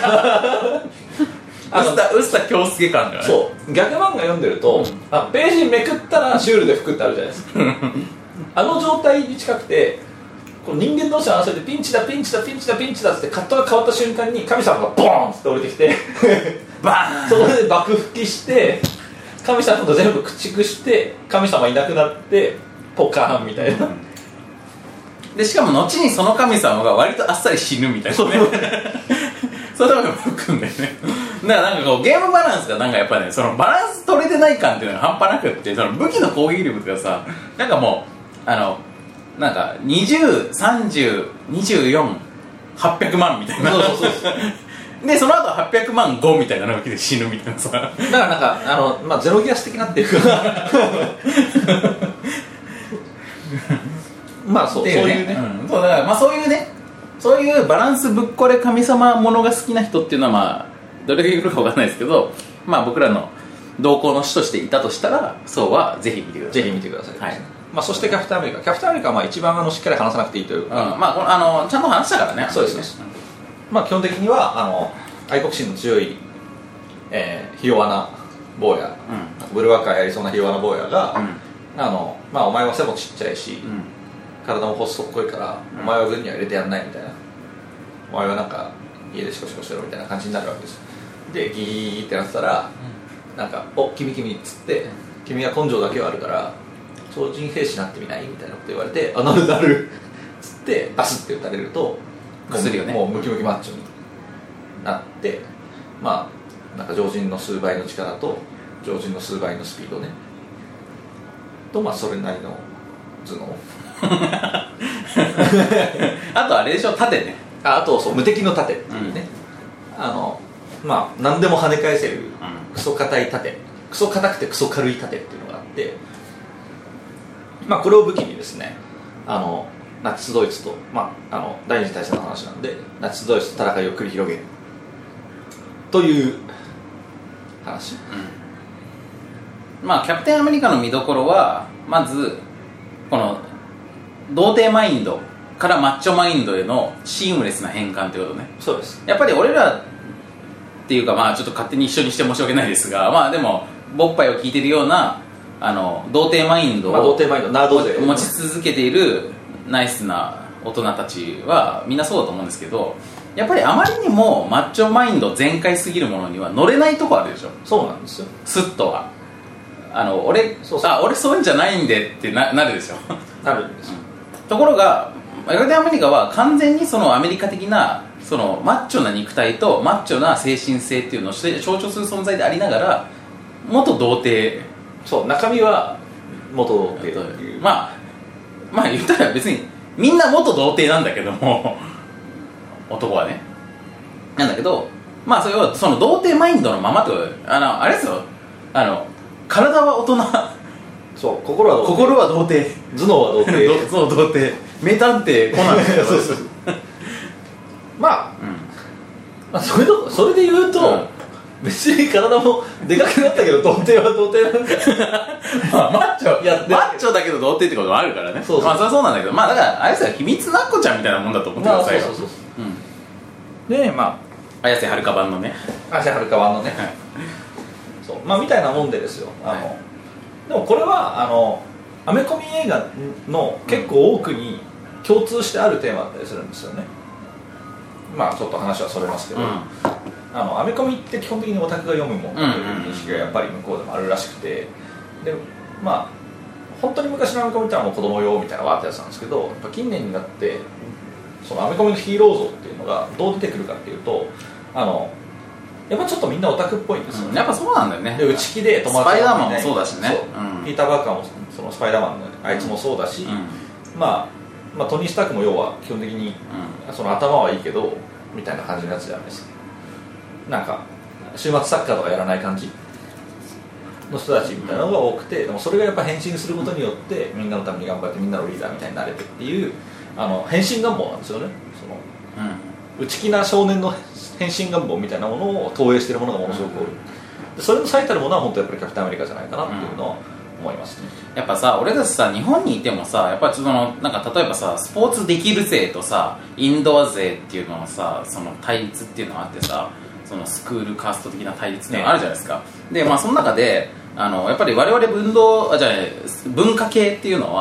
ウスタ京介感がね。 そう逆漫画読んでると、ページめくったらシュールで吹くってあるじゃないですかあの状態に近くてこの人間同士の争いでピンチだピンチだピンチだピンチだってカットが変わった瞬間に神様がボーンって降りてきてバーンそこで爆吹きして神様と全部駆逐して神様いなくなってポカーンみたいな、 でしかも後にその神様が割とあっさり死ぬみたいなねそれが吹くんだよね。だからなんかこうゲームバランスがなんかやっぱね、そのバランス取れてない感っていうのが半端なくって、その武器の攻撃力とかさ、なんかもうなんか20、30、24、800万みたいな。そうでその後800万5みたいなのが来て死ぬみたいなさ。だからなんかゼロギアス的なっていうかまあそういうね、 そうだからまあそういうね、そういうバランスぶっこれ神様ものが好きな人っていうのはまあどれだけいるかわかんないですけど、まあ僕らの同行の師としていたとしたら、そうはぜひ見てください。 ぜひ見てください。 はい。 まあそしてキャプテンアメリカはまあ一番しっかり話さなくていいというか、 まあちゃんと話したからね。 そうです。まあ基本的には愛国心の強い、ひ弱な坊や、ブルワッカーやりそうなひ弱な坊やが、まあお前は背もちっちゃいし、体も細っこいから、お前は軍には入れてやんないみたいな、お前はなんか家でシコシコしてろみたいな感じになるわけです。でギーってなってたら、なんかお君っつって、君は根性だけはあるから超人兵士になってみないみたいなこと言われて、あ、なるっつってバスって打たれると薬をね、 もうムキムキマッチョになって、まあなんか常人の数倍の力と常人の数倍のスピードねと、まあそれなりの頭脳あとあれでしょ、盾ね。 あとそう無敵の盾っていうね、まあ何でも跳ね返せるクソ硬い盾、クソ硬くてクソ軽い盾っていうのがあって、まあこれを武器にですね、ナチスドイツと、まあ第二次大戦の話なんで、ナチスドイツと戦いを繰り広げるという話、 まあキャプテンアメリカの見どころは、まずこの童貞マインドからマッチョマインドへのシームレスな変換ということね。 そうです。 やっぱり俺らっていうか、まあちょっと勝手に一緒にして申し訳ないですが、まあでもボッパイを聞いてるような童貞マインドを、 童貞マインドナード勢持ち続けているナイスな大人たちはみんなそうだと思うんですけど、やっぱりあまりにもマッチョマインド全開すぎるものには乗れないとこあるでしょ。 そうなんですよ。 スッとは俺そういうんじゃないんでってなるでしょなるんですよ、 ところがキャプテンアメリカは完全にそのアメリカ的なそのマッチョな肉体とマッチョな精神性っていうのを象徴する存在でありながら、元童貞、 そう中身は元童貞という、 まあ言ったら別にみんな元童貞なんだけども男はねなんだけど、まあそれはその童貞マインドのままってことで、あれですよ、体は大人、 そう心は童貞、 頭脳は童貞そう童貞、名探偵コナンそうそうまあそれで言うと、別に体もでかくなったけど童貞は童貞なんだまあマッチョだけど童貞ってこともあるからね。 そうまあそれはそうなんだけど、まあだからあれですよ、秘密なっこちゃんみたいなもんだと思ってくださいよ。 でまあ綾瀬はるか版のね、 綾瀬はるか版のね、そうまあみたいなもんでですよ。でもこれはアメコミ映画の結構多くに共通してあるテーマだったりするんですよね。まあちょっと話はそれますけど、アメコミって基本的にオタクが読むものという認識がやっぱり向こうでもあるらしくて、でまあ本当に昔のアメコミってのはもう子供用みたいなわーってやつなんですけど、やっぱ近年になってそのアメコミのヒーロー像っていうのがどう出てくるかっていうと、やっぱちょっとみんなオタクっぽいんですよね、 やっぱそうなんだよね。 で内気でスパイダーマンもそうだしね、 ピーター・バーカーもそのスパイダーマンのあいつもそうだし、まあトニー・スタークも要は基本的にその頭はいいけどみたいな感じのやつじゃないですか。なんか週末サッカーとかやらない感じの人たちみたいなのが多くて、でもそれがやっぱ変身することによってみんなのために頑張ってみんなのリーダーみたいになれてっていう変身願望なんですよね。その、内気な少年の変身願望みたいなものを投影しているものがものすごく多い、でそれの最たるものは本当やっぱりキャプテンアメリカじゃないかなっていうのは思いますね。 やっぱさ、俺たちさ日本にいてもさ、やっぱそのなんか例えばさスポーツできる勢とさインドア勢っていうのはさ、その対立っていうのがあってさ、そのスクールカースト的な対立っていうのがあるじゃないですか、でまあその中でやっぱり我々文化系っていうのは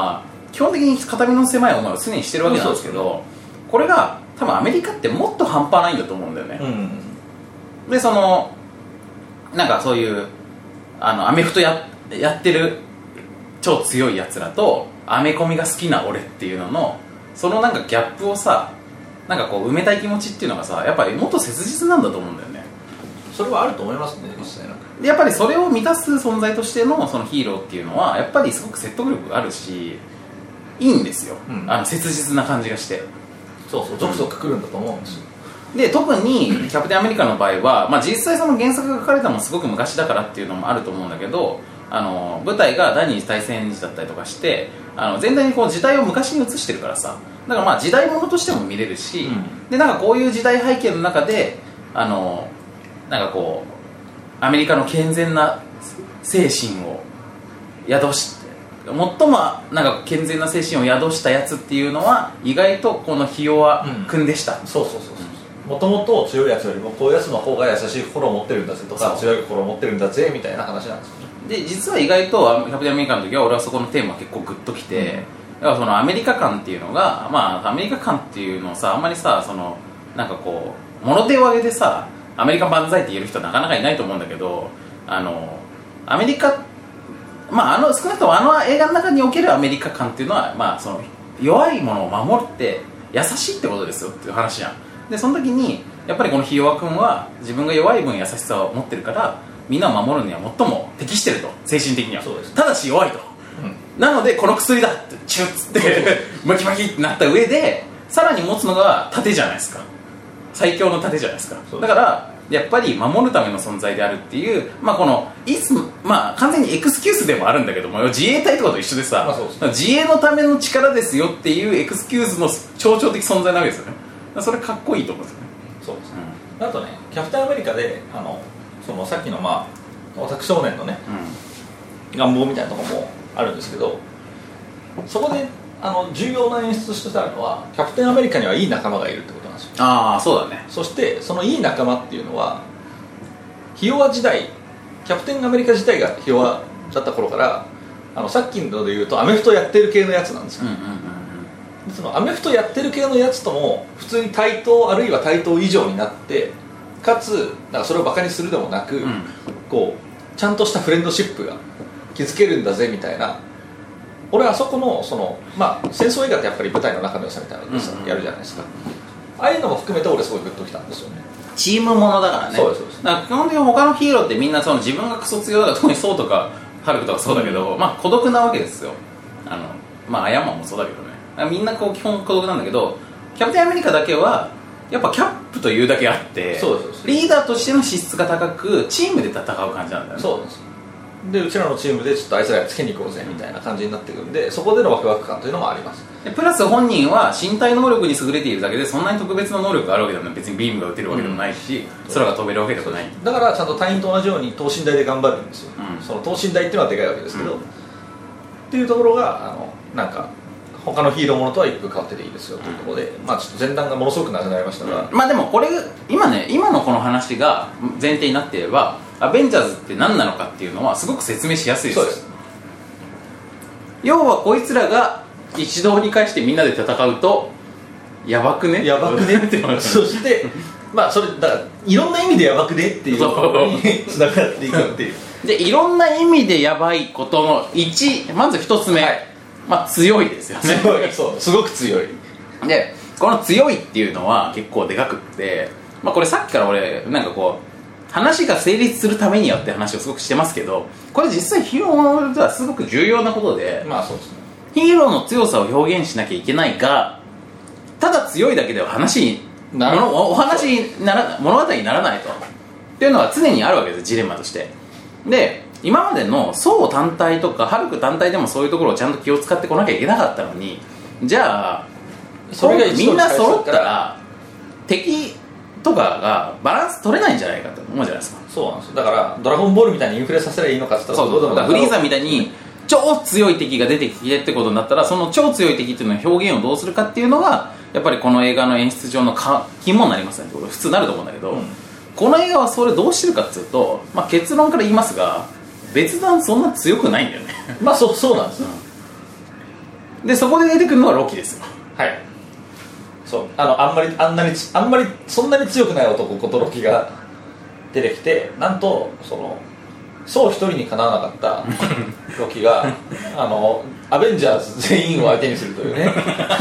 基本的に肩身の狭い思いを常にしてるわけなんですけど、これが多分アメリカってもっと半端ないんだと思うんだよね、でそのなんかそういうアメフトやってる超強いやつらとアメコミが好きな俺っていうののそのなんかギャップをさなんかこう埋めたい気持ちっていうのがさやっぱりもっと切実なんだと思うんだよね。 それはあると思いますね実際。なんかでやっぱりそれを満たす存在としてのそのヒーローっていうのはやっぱりすごく説得力があるしいいんですよ、切実な感じがして、 そうゾクゾクくるんだと思うんですよ。 で特にキャプテンアメリカの場合は、実際その原作が書かれたのもすごく昔だからっていうのもあると思うんだけど舞台が第二次大戦時だったりとかして全体にこう時代を昔に移してるからさだから時代物としても見れるし、でなんかこういう時代背景の中でなんかこうアメリカの健全な精神を宿して最もなんか健全な精神を宿したやつっていうのは意外とこのひ弱君でした、 そうもともと強いやつよりもこういうやつの方が優しい心を持ってるんだぜとか強い心を持ってるんだぜみたいな話なんですよね。 で実は意外とキャプテンアメリカの時は俺はそこのテーマ結構グッときて、だからそのアメリカ感っていうのがアメリカ感っていうのをさあんまりさそのなんかこう物手を挙げてさアメリカ万歳って言える人はなかなかいないと思うんだけどアメリカ少なくとも映画の中におけるアメリカ感っていうのは、その弱いものを守って優しいってことですよっていう話じゃん。でその時にやっぱりこのひ弱君は自分が弱い分優しさを持ってるからみんなを守るには最も適してると精神的にはただし弱いと、なのでこの薬だってチュッつってムキムキってなった上でさらに持つのが盾じゃないですか。最強の盾じゃないですか。だからやっぱり守るための存在であるっていう、この完全にエクスキュースでもあるんだけども自衛隊とかと一緒でさ、自衛のための力ですよっていうエクスキュースの象徴的存在なわけですよね。それかっこいいと思うんですよね。 そうですね、あとねキャプテンアメリカでそのさっきのオタク少年のね、願望みたいなところもあるんですけどそこで重要な演出としてあるのはキャプテンアメリカにはいい仲間がいるってことなんですよ。 ああそうだね。 そしてそのいい仲間っていうのはひ弱時代キャプテンアメリカ自体がひ弱だった頃からさっきので言うとアメフトやってる系のやつなんですよ、そのアメフトやってる系のやつとも普通に対等あるいは対等以上になってかつなんかそれをバカにするでもなく、こうちゃんとしたフレンドシップが築けるんだぜみたいな。俺はあそこの戦争映画ってやっぱり舞台の中の良さみたいなのをやるじゃないですか、ああいうのも含めて俺すごいグッときたんですよね。 チームものだからね。 そうですだから基本的に他のヒーローってみんなその自分がクソ強いだから特にソウとかハルクとかそうだけど、孤独なわけですよ。アヤマンもそうだけどね。だからみんなこう基本孤独なんだけどキャプテンアメリカだけはやっぱキャップというだけあってリーダーとしての資質が高くチームで戦う感じなんだよね。 そうです。でうちらのチームでちょっとあいつらつけに行こうぜみたいな感じになってくるんでそこでのワクワク感というのもあります。 でプラス本人は身体能力に優れているだけでそんなに特別な能力があるわけでもない。別にビームが打てるわけでもないし、空が飛べるわけでもない。 だからちゃんと隊員と同じように等身大で頑張るんですよ、その等身大っていうのはでかいわけですけど、っていうところがなんか他のヒーローものとは一風変わってていいですよというところで、ちょっと前段がものすごく長くなりましたが、 でもこれ今のこの話が前提になっていればアベンジャーズって何なのかっていうのはすごく説明しやすいですよ。 そうです。 要はこいつらが一堂に会してみんなで戦うとやばくねってそしてそれだからいろんな意味でやばくねっていうところにつながっていくっていうでいろんな意味でやばいことのまず一つ目、強いですよね。 そうすごく強い。 でこの強いっていうのは結構でかくって、これさっきから俺なんかこう話が成立するためにはって話をすごくしてますけどこれ実際ヒーローものではすごく重要なことで、 そうですね、 ヒーローの強さを表現しなきゃいけないがただ強いだけでは物語にならないとっていうのは常にあるわけです。ジレンマとしてで今までのソウ単体とかハルク単体でもそういうところをちゃんと気を使ってこなきゃいけなかったのにじゃあそれがみんな揃ったら敵とかがバランス取れないんじゃないかと思うじゃないですか。 そうなんですよ。だからドラゴンボールみたいにインフレさせればいいのかって言ったらそうだフリーザみたいに超強い敵が出てきてってことになったらその超強い敵っていうのの表現をどうするかっていうのがやっぱりこの映画の演出上の肝になりますねってこと普通なると思うんだけど、この映画はそれどうしてるかっていうと、結論から言いますが別段そんな強くないんだよねそうなんですよ、 でそこで出てくるのはロキですよ。 はい。そうあんまりそんなに強くない男ことロキが出てきて、なんとそう一人にかなわなかったロキがアベンジャーズ全員を相手にするというね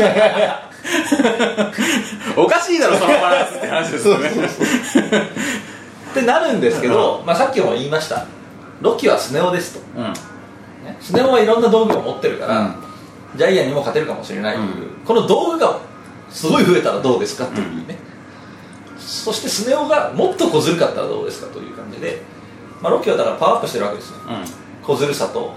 おかしいだろそのバランスって話ですよね。 ってなるんですけど、まあ、さっきも言いました、ロキはスネ夫ですと、ね、スネ夫はいろんな道具を持ってるから、ジャイアンにも勝てるかもしれないという、この道具がすごい増えたらどうですかというね、そしてスネ夫がもっと小ずるかったらどうですかという感じで、まあ、ロキはだからパワーアップしてるわけですよ、小ずるさと、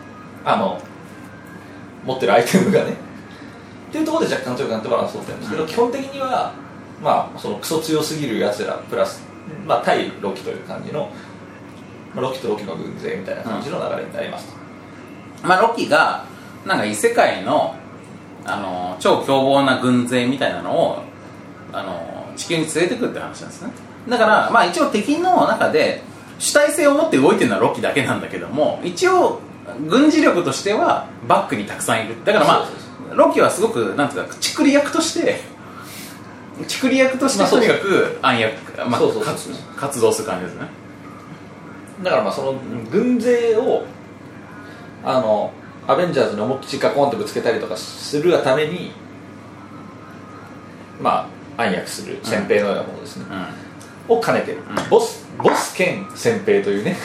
持ってるアイテムがねっていうところで若干強くなってバランスを取ってるんですけど、基本的には、まあ、そのクソ強すぎるやつらプラス、まあ、対ロキという感じの、まあ、ロキとロキの軍勢みたいな感じの流れになります、 まあ、ロキがなんか異世界の、超凶暴な軍勢みたいなのを地球に連れてくるって話なんですね。だから、まあ、一応敵の中で主体性を持って動いてるのはロキだけなんだけども、一応軍事力としてはバックにたくさんいる。だからまあロキはすごくなんていうかチクリ役としてとにかく暗躍、活動する感じですね。 だからまあその軍勢をアベンジャーズに思いっきりガコンってぶつけたりとかするがために、まあ暗躍する先兵のようなものですね、を兼ねてる、ボス兼先兵というね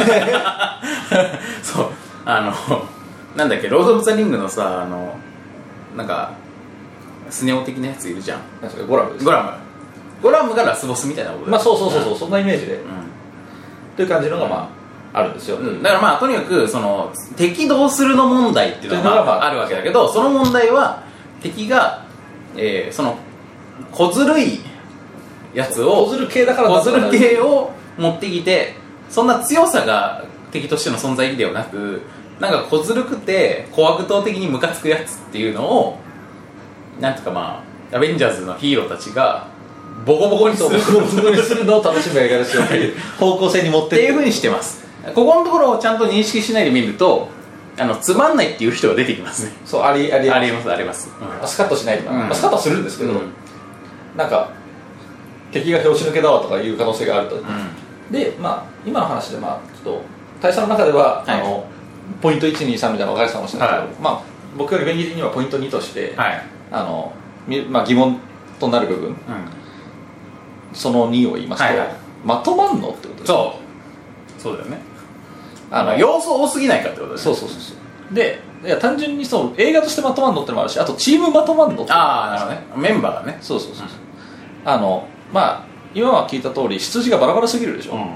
そうなんだっけ、ロード・オブ・ザ・リングのさなんかスネ夫的なやついるじゃん。 ゴラムです。 ゴラムがラスボスみたいなことで、 まあそう、そんなイメージで、という感じのがまああるんですよ、 だからまあとにかく敵どうするの問題っていうのがあるわけだけど、その問題は敵が、その小ずるいやつを小ずる系だから小ずる系を持ってきて、そんな強さが敵としての存在ではなく、なんか小ずるくて小悪党的にムカつくやつっていうのをなんとかまあアベンジャーズのヒーローたちがボコボコにするのを楽しむ映画ですよっていう方向性に持ってっていう風にしてます。ここのところをちゃんと認識しないで見るとつまんないっていう人が出てきますね。 そうあります、 スカッとしないとか、スカッとするんですけど、なんか敵が拍子抜けだわとかいう可能性があると、でまあ今の話でまあちょっと大佐の中では、ポイント123みたいなの分かれてたかもしれないけど、まあ僕より便利的にはポイント2として、まあ、疑問となる部分、その2を言いますと、まとまんのってことです。 そうだよね。要素多すぎないかってことですね。 そうで、いや単純に映画としてまとまんのってのもあるし、あとチームまとまんのってのもあるんですね。 メンバーがね。 まあ今は聞いた通り羊がバラバラすぎるでしょ、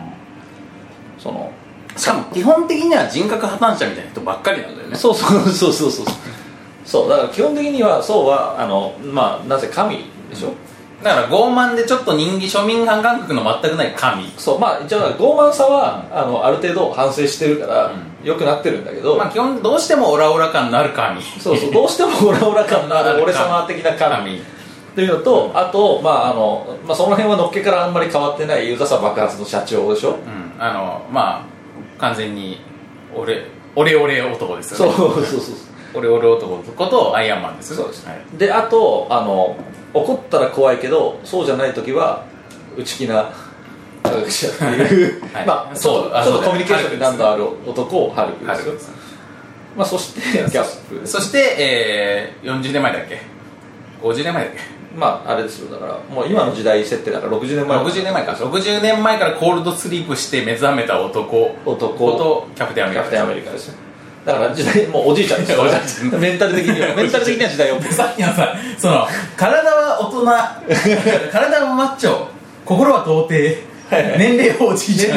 しかも基本的には人格破綻者みたいな人ばっかりなんだよね。 そうだから基本的にはそうはまあなぜ神でしょ、 だから傲慢でちょっと庶民感覚の全くない神。 まあ一応傲慢さはある程度反省してるから良くなってるんだけど、 まあ基本どうしてもオラオラ感のある神。 どうしてもオラオラ感のある俺様的な神っていうのと、あとまあその辺はのっけからあんまり変わってないユーザーさ爆発の社長でしょ、 まあ完全にオレ男ですよね。オレオレ男ことアイアンマンですよね。 そうです、であと怒ったら怖いけどそうじゃない時は内気な科学者っていうまあちょっとコミュニケーションに難度ある男をハルクですよ。まあそしてギャップ、 そして40年前だっけ50年前だっけ、 まああれですよ、だからもう今の時代設定だから60年前 60年前からコールドスリープして目覚めた男とキャプテンアメリカですよ。 だから時代もうおじいちゃんですよメンタル的には時代をさっきのさ体は大人体はマッチョ心は童貞年齢はおじいちゃ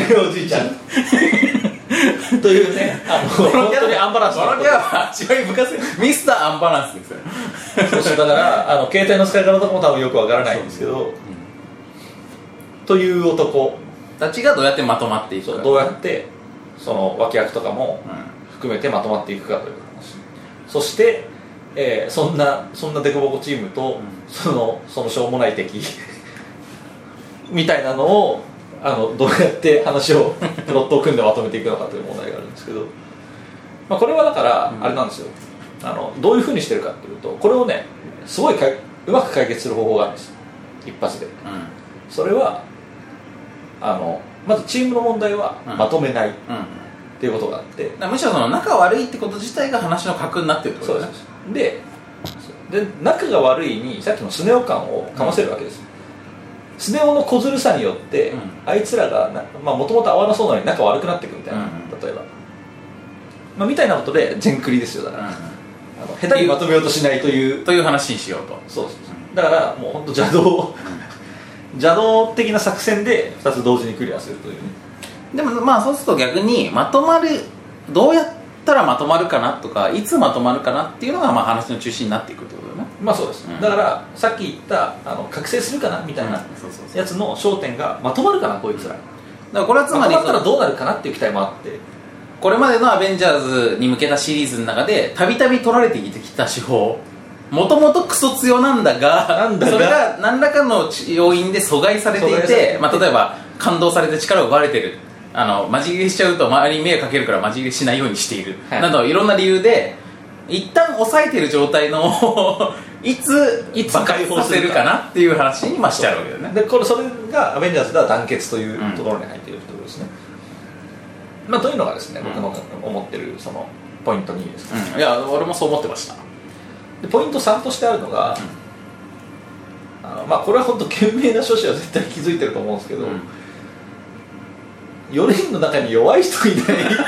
んというね本当にアンバランスこのキャラは違い深すミスターアンバランスですよ。 だから携帯の使い方とかも多分よくわからないんですけど、という男たちがどうやってまとまっていくか、 どうやってその脇役とかも含めてまとまっていくかという話、そして、そんなデコボコチームと、そのしょうもない敵みたいなのをどうやって話をプロットを組んでまとめていくのかという問題があるんですけど、まあ、これはだからあれなんですよ、 どういうふうにしてるかっていうと、これをねすごいうまく解決する方法があるんです、一発で。それはまずチームの問題はまとめないっていうことがあって、 むしろその仲悪いってこと自体が話の核になってるってことですね。 で仲が悪いにさっきのスネ夫感をかませるわけです、スネ夫の小ずるさによって、あいつらがもともと合わなそうなのに仲悪くなっていくみたいな、例えば、みたいなことで全クリですよ。だから、下手にまとめようとしないという話にしようと。 そうだからもう本当邪道的な作戦で2つ同時にクリアするというね。 でもそうすると逆にまとまる、どうやったらまとまるかなとか、いつまとまるかなっていうのが話の中心になっていくってことだよね。 そうです、だからさっき言った覚醒するかなみたいなやつの焦点がまとまるかなこいつら。だからこれはつまりまとまったらどうなるかなっていう期待もあって、 これまでのアベンジャーズに向けたシリーズの中でたびたび取られてきた手法、もともとクソ強なんだがそれが何らかの要因で阻害されていて、例えば感動されて力を奪われてる、マジ切れしちゃうと周りに迷惑かけるからマジ切れしないようにしている、などいろんな理由で一旦抑えてる状態のいつ爆発させるかなっていう話にしちゃうわけだよね。 でそれがアベンジャーズでは団結というところに入っているところですね。というのがですね、僕の思ってるそのポイント2ですか、 いや俺もそう思ってました。 でポイント3としてあるのが、これは本当賢明な書士は絶対気づいてると思うんですけど、4人の中に弱い人いないって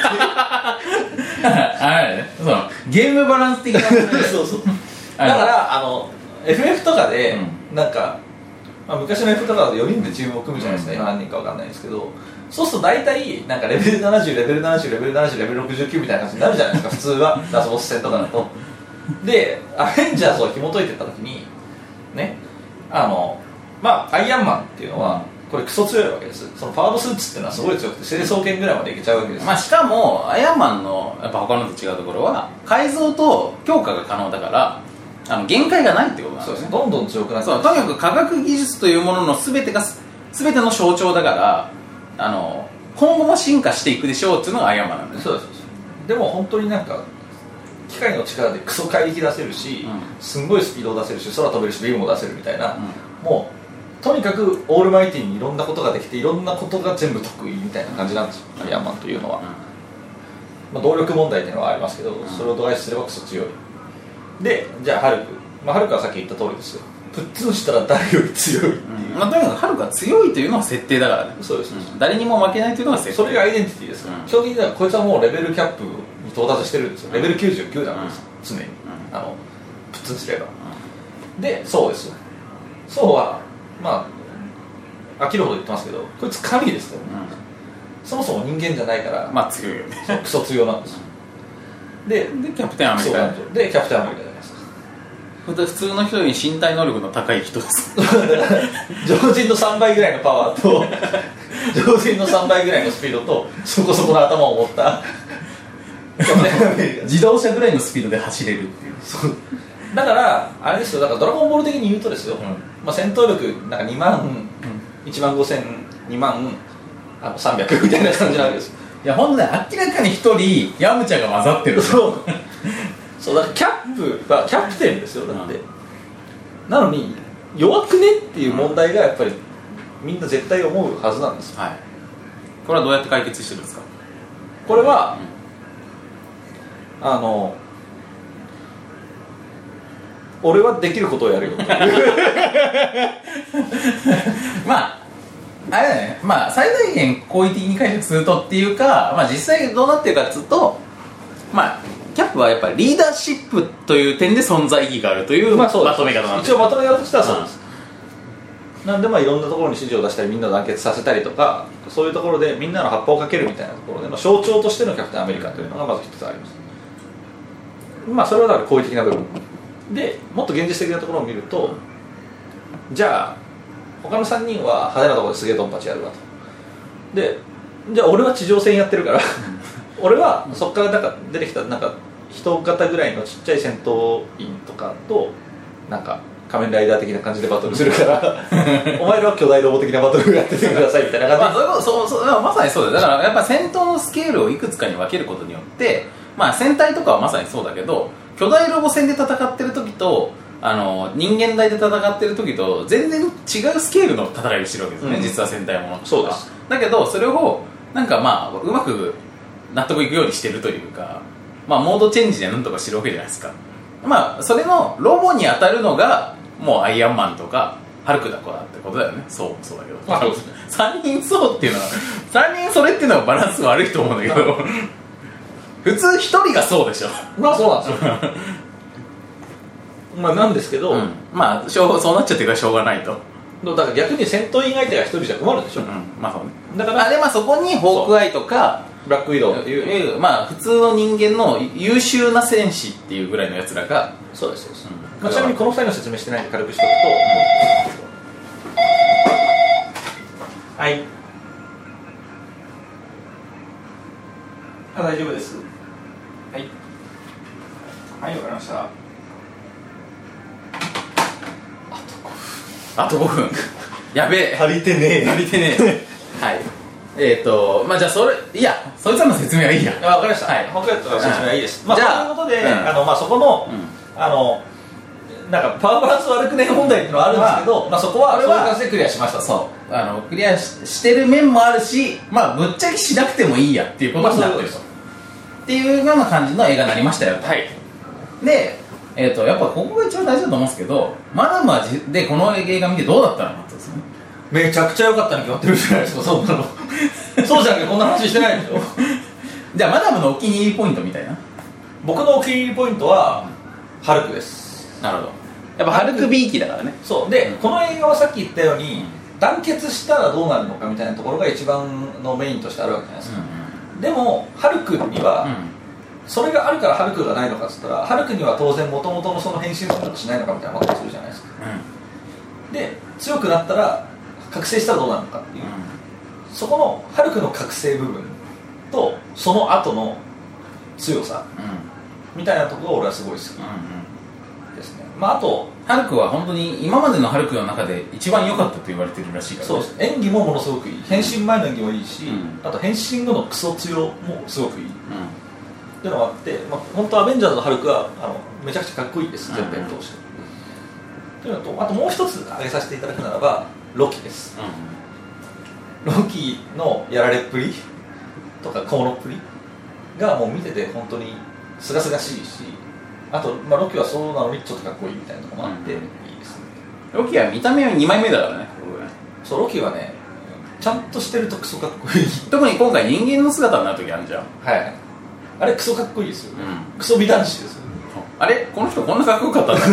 そのゲームバランス的なそうだからFF とかでなんか、昔の FF とかだと4人でチームを組むじゃないですか、今何人か分かんないですけど、そうすると大体なんかレベル70、レベル70、レベル70、レベル69みたいな感じになるじゃないですか普通はラスボス戦とかだと。でアベンジャーズを紐解いていった時にね、アイアンマンっていうのはこれクソ強いわけです。そのパワードスーツっていうのはすごい強くて成層圏ぐらいまでいけちゃうわけです。 しかもアイアンマンのやっぱ他のと違うところは改造と強化が可能だから限界がないってことなんですね。 どんどん強くなってとにかく科学技術というものの全ての象徴だから今後も進化していくでしょうっていうのがアイアンマンなんです。 そうです。でも本当になんか機械の力でクソ怪力出せるし、すんごいスピードを出せるし空飛べるしビームも出せるみたいな、もうとにかくオールマイティにいろんなことができていろんなことが全部得意みたいな感じなんですよ、アイアンマンというのは。動力問題っていうのはありますけど、それを度外視すればクソ強い。でじゃあハルク、ハルクはさっき言った通りですよ。プッツンしたら誰より強いっていう、 とにかくハルクは強いというのは設定だからね。 そうです、 誰にも負けないというのが設定。 それがアイデンティティですから、基本的にはこいつはもうレベルキャップに到達してるんですよ。レベル99なんです、常にプッツンすれば。でそうですよ、そうは飽きるほど言ってますけど、こいつ神ですから、そもそも人間じゃないから強いよね。 クソ強なんですよ。でキャプテンアメリカでキャプテンアメリカじゃないですか。 普通の人より身体能力の高い人です常人の3倍ぐらいのパワーと常人の3倍ぐらいのスピードとそこそこの頭を持った自動車ぐらいのスピードで走れるっていう。 そうだからあれですよ、だからドラゴンボール的に言うとですよ、戦闘力なんか2万、1万5000、2万300みたいな感じなわけですよ。 いやほんとね、明らかに一人ヤムチャが混ざってる。 そうだからキャップはキャプテンですよ、だって、なのに弱くねっていう問題がやっぱりみんな絶対思うはずなんですよ、 これはどうやって解決してるんですか。 これは、俺はできることをやるよあれだね、最大限好意的に解釈するとっていうか、実際どうなってるかっつうと、キャップはやっぱりリーダーシップという点で存在意義があるというまとめ方なんです。 一応まとめ方としてはそうです、なんでいろんなところに指示を出したりみんなを団結させたりとか、そういうところでみんなの葉っぱをかけるみたいなところでの象徴としてのキャプテンアメリカというのがまず一つあります。それはだから好意的な部分で、もっと現実的なところを見ると、じゃあ他の3人は派手なところですげえドンパチやるわと。でじゃあ俺は地上戦やってるから俺はそこからなんか出てきたなんか人型ぐらいのちっちゃい戦闘員とかとなんか仮面ライダー的な感じでバトルするからお前らは巨大ロボ的なバトルをやっててくださいみたいな感じでまさにそうだよ。だからやっぱ戦闘のスケールをいくつかに分けることによって、戦隊とかはまさにそうだけど、 巨大ロボ戦で戦ってる時と人間大で戦ってる時と全然違うスケールの戦いをしてるわけですね、実は戦隊ものとか。 そうです。 だけどそれをなんかまあうまく納得いくようにしてるというか、まあモードチェンジでなんとかしてるわけじゃないですか。まあそれのロボに当たるのがもうアイアンマンとかハルクだからってことだよね。そうだけど、3人そうっていうのは3人それっていうのはバランス悪いと思うんだけど普通1人がそうでしょ。 まあそうなんですよまあなんですけど、 まあそうなっちゃってるからしょうがないと。 だから逆に戦闘員相手が1人じゃ困るでしょ、 まあそうね。 だからでまあそこにホークアイとかブラックウィドウっていうまあ普通の人間の優秀な戦士っていうぐらいのやつらが。 そうです、ちなみにこの2人の説明してないんで軽くしておくと、はい、大丈夫です。はい、わかりました。 あと5分やべえ、 足りてねえはいまあじゃあそいつらの説明はいいや。 わかりました。僕らの説明はいいです。まあそういうことで、まあそこのなんかパワーバランス悪くねえ問題っていうのはあるんですけど、まあそこはそういう感じでクリアしました。 そうクリアしてる面もあるし、まあぶっちゃけしなくてもいいやっていうことになってると、っていうような感じの映画になりましたよ。でやっぱここが一番大事だと思うんですけど、マダムはでこの映画見てどうだったのかってですね。 めちゃくちゃ良かったに決まってるじゃないですか。そうじゃなきゃこんな話してないでしょじゃあマダムのお気に入りポイントみたいな。 僕のお気に入りポイントはハルクです。 なるほど。やっぱハルク B 期だからね。 そうで、この映画はさっき言ったように団結したらどうなるのかみたいなところが一番のメインとしてあるわけじゃないですか、でもハルクには、それがあるからハルクがないのかっつったら、ハルクには当然元々のその変身するのかしないのかみたいなことをするじゃないですか、で強くなったら覚醒したらどうなるのかっていう、そこのハルクの覚醒部分とその後の強さ、みたいなところが俺はすごい好きですね。まああとハルクは本当に今までのハルクの中で一番良かったと言われてるらしいから、ね、 そうです。演技もものすごくいい。変身前の演技もいいし、あと変身後のクソ強もすごくいい、っていうのがあって、まあ、本当アベンジャーズのハルクはめちゃくちゃかっこいいです、全編通して、というのと、あともう一つ挙げさせていただくならばロキです、ロキのやられっぷりとか小物っぷりがもう見てて本当にすがすがしいし、あと、まあ、ロキはそうなのにちょっとかっこいいみたいなところもあって、いいですね。 ロキは見た目は2枚目だからね。 そう、ロキはねちゃんとしてるとクソかっこいい特に今回人間の姿になる時あるじゃん。 あれクソかっこいいですよ、クソ美男子ですよ。 あれこの人こんなかっこよかったんだ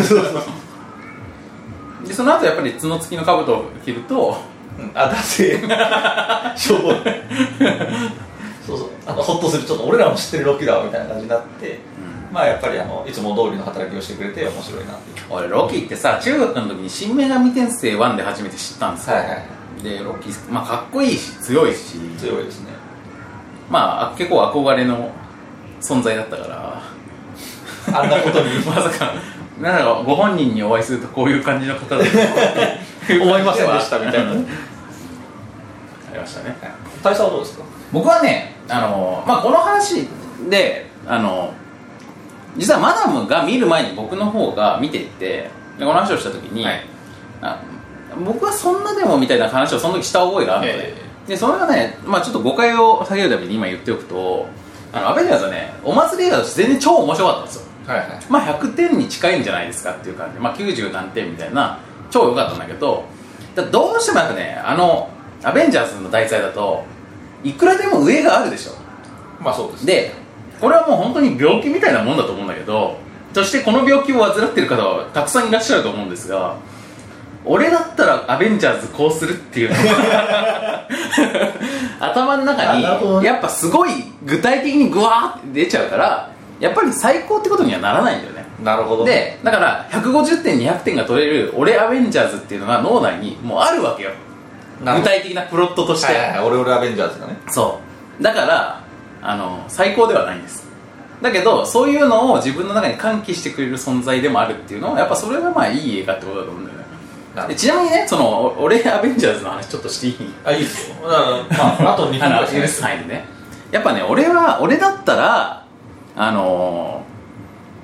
でその後やっぱり角付きの兜を着ると、 ダセーしょぼいそうホッとする、ちょっと俺らも知ってるロキだわみたいな感じになって、まあやっぱりいつも通りの働きをしてくれて面白いなっていう。 俺ロキってさ、中学の時に新女神転生1で初めて知ったんですよ、でロキ、まあ、かっこいいし強いし、 強いですね。 まあ結構憧れの存在だったからあんなことにまさかなんかご本人にお会いするとこういう感じの方だと思いませんでしたみたいなありましたね。 大佐はどうですか？ 僕はね、まあ、この話で実はマダムが見る前に僕の方が見ていて、この話をした時に、僕はそんなでもみたいな話をその時した覚えがあるので、でそれがね、まあ、ちょっと誤解を避けるために今言っておくと、アベンジャーズはねお祭り映画として全然超面白かったんですよ、まあ100点に近いんじゃないですかっていう感じで、まあ、90何点みたいな超良かったんだけど、どうしてもやっぱねアベンジャーズの題材だといくらでも上があるでしょ。 まあそうです。 でこれはもう本当に病気みたいなもんだと思うんだけど、そしてこの病気を患っている方はたくさんいらっしゃると思うんですが、俺だったらアベンジャーズこうするっていうのが頭の中にやっぱすごい具体的にグワーって出ちゃうから、やっぱり最高ってことにはならないんだよね。 なるほど。 でだから150点200点が取れる俺アベンジャーズっていうのが脳内にもうあるわけよ、具体的なプロットとして、 俺アベンジャーズがね。 そうだから最高ではないんです。だけどそういうのを自分の中に喚起してくれる存在でもあるっていうのはやっぱそれがまあいい映画ってことだと思うんだよね。でちなみにね、俺アベンジャーズの話ちょっとしていい？ いいですよ。あと2分ぐらいですね。やっぱね俺だったら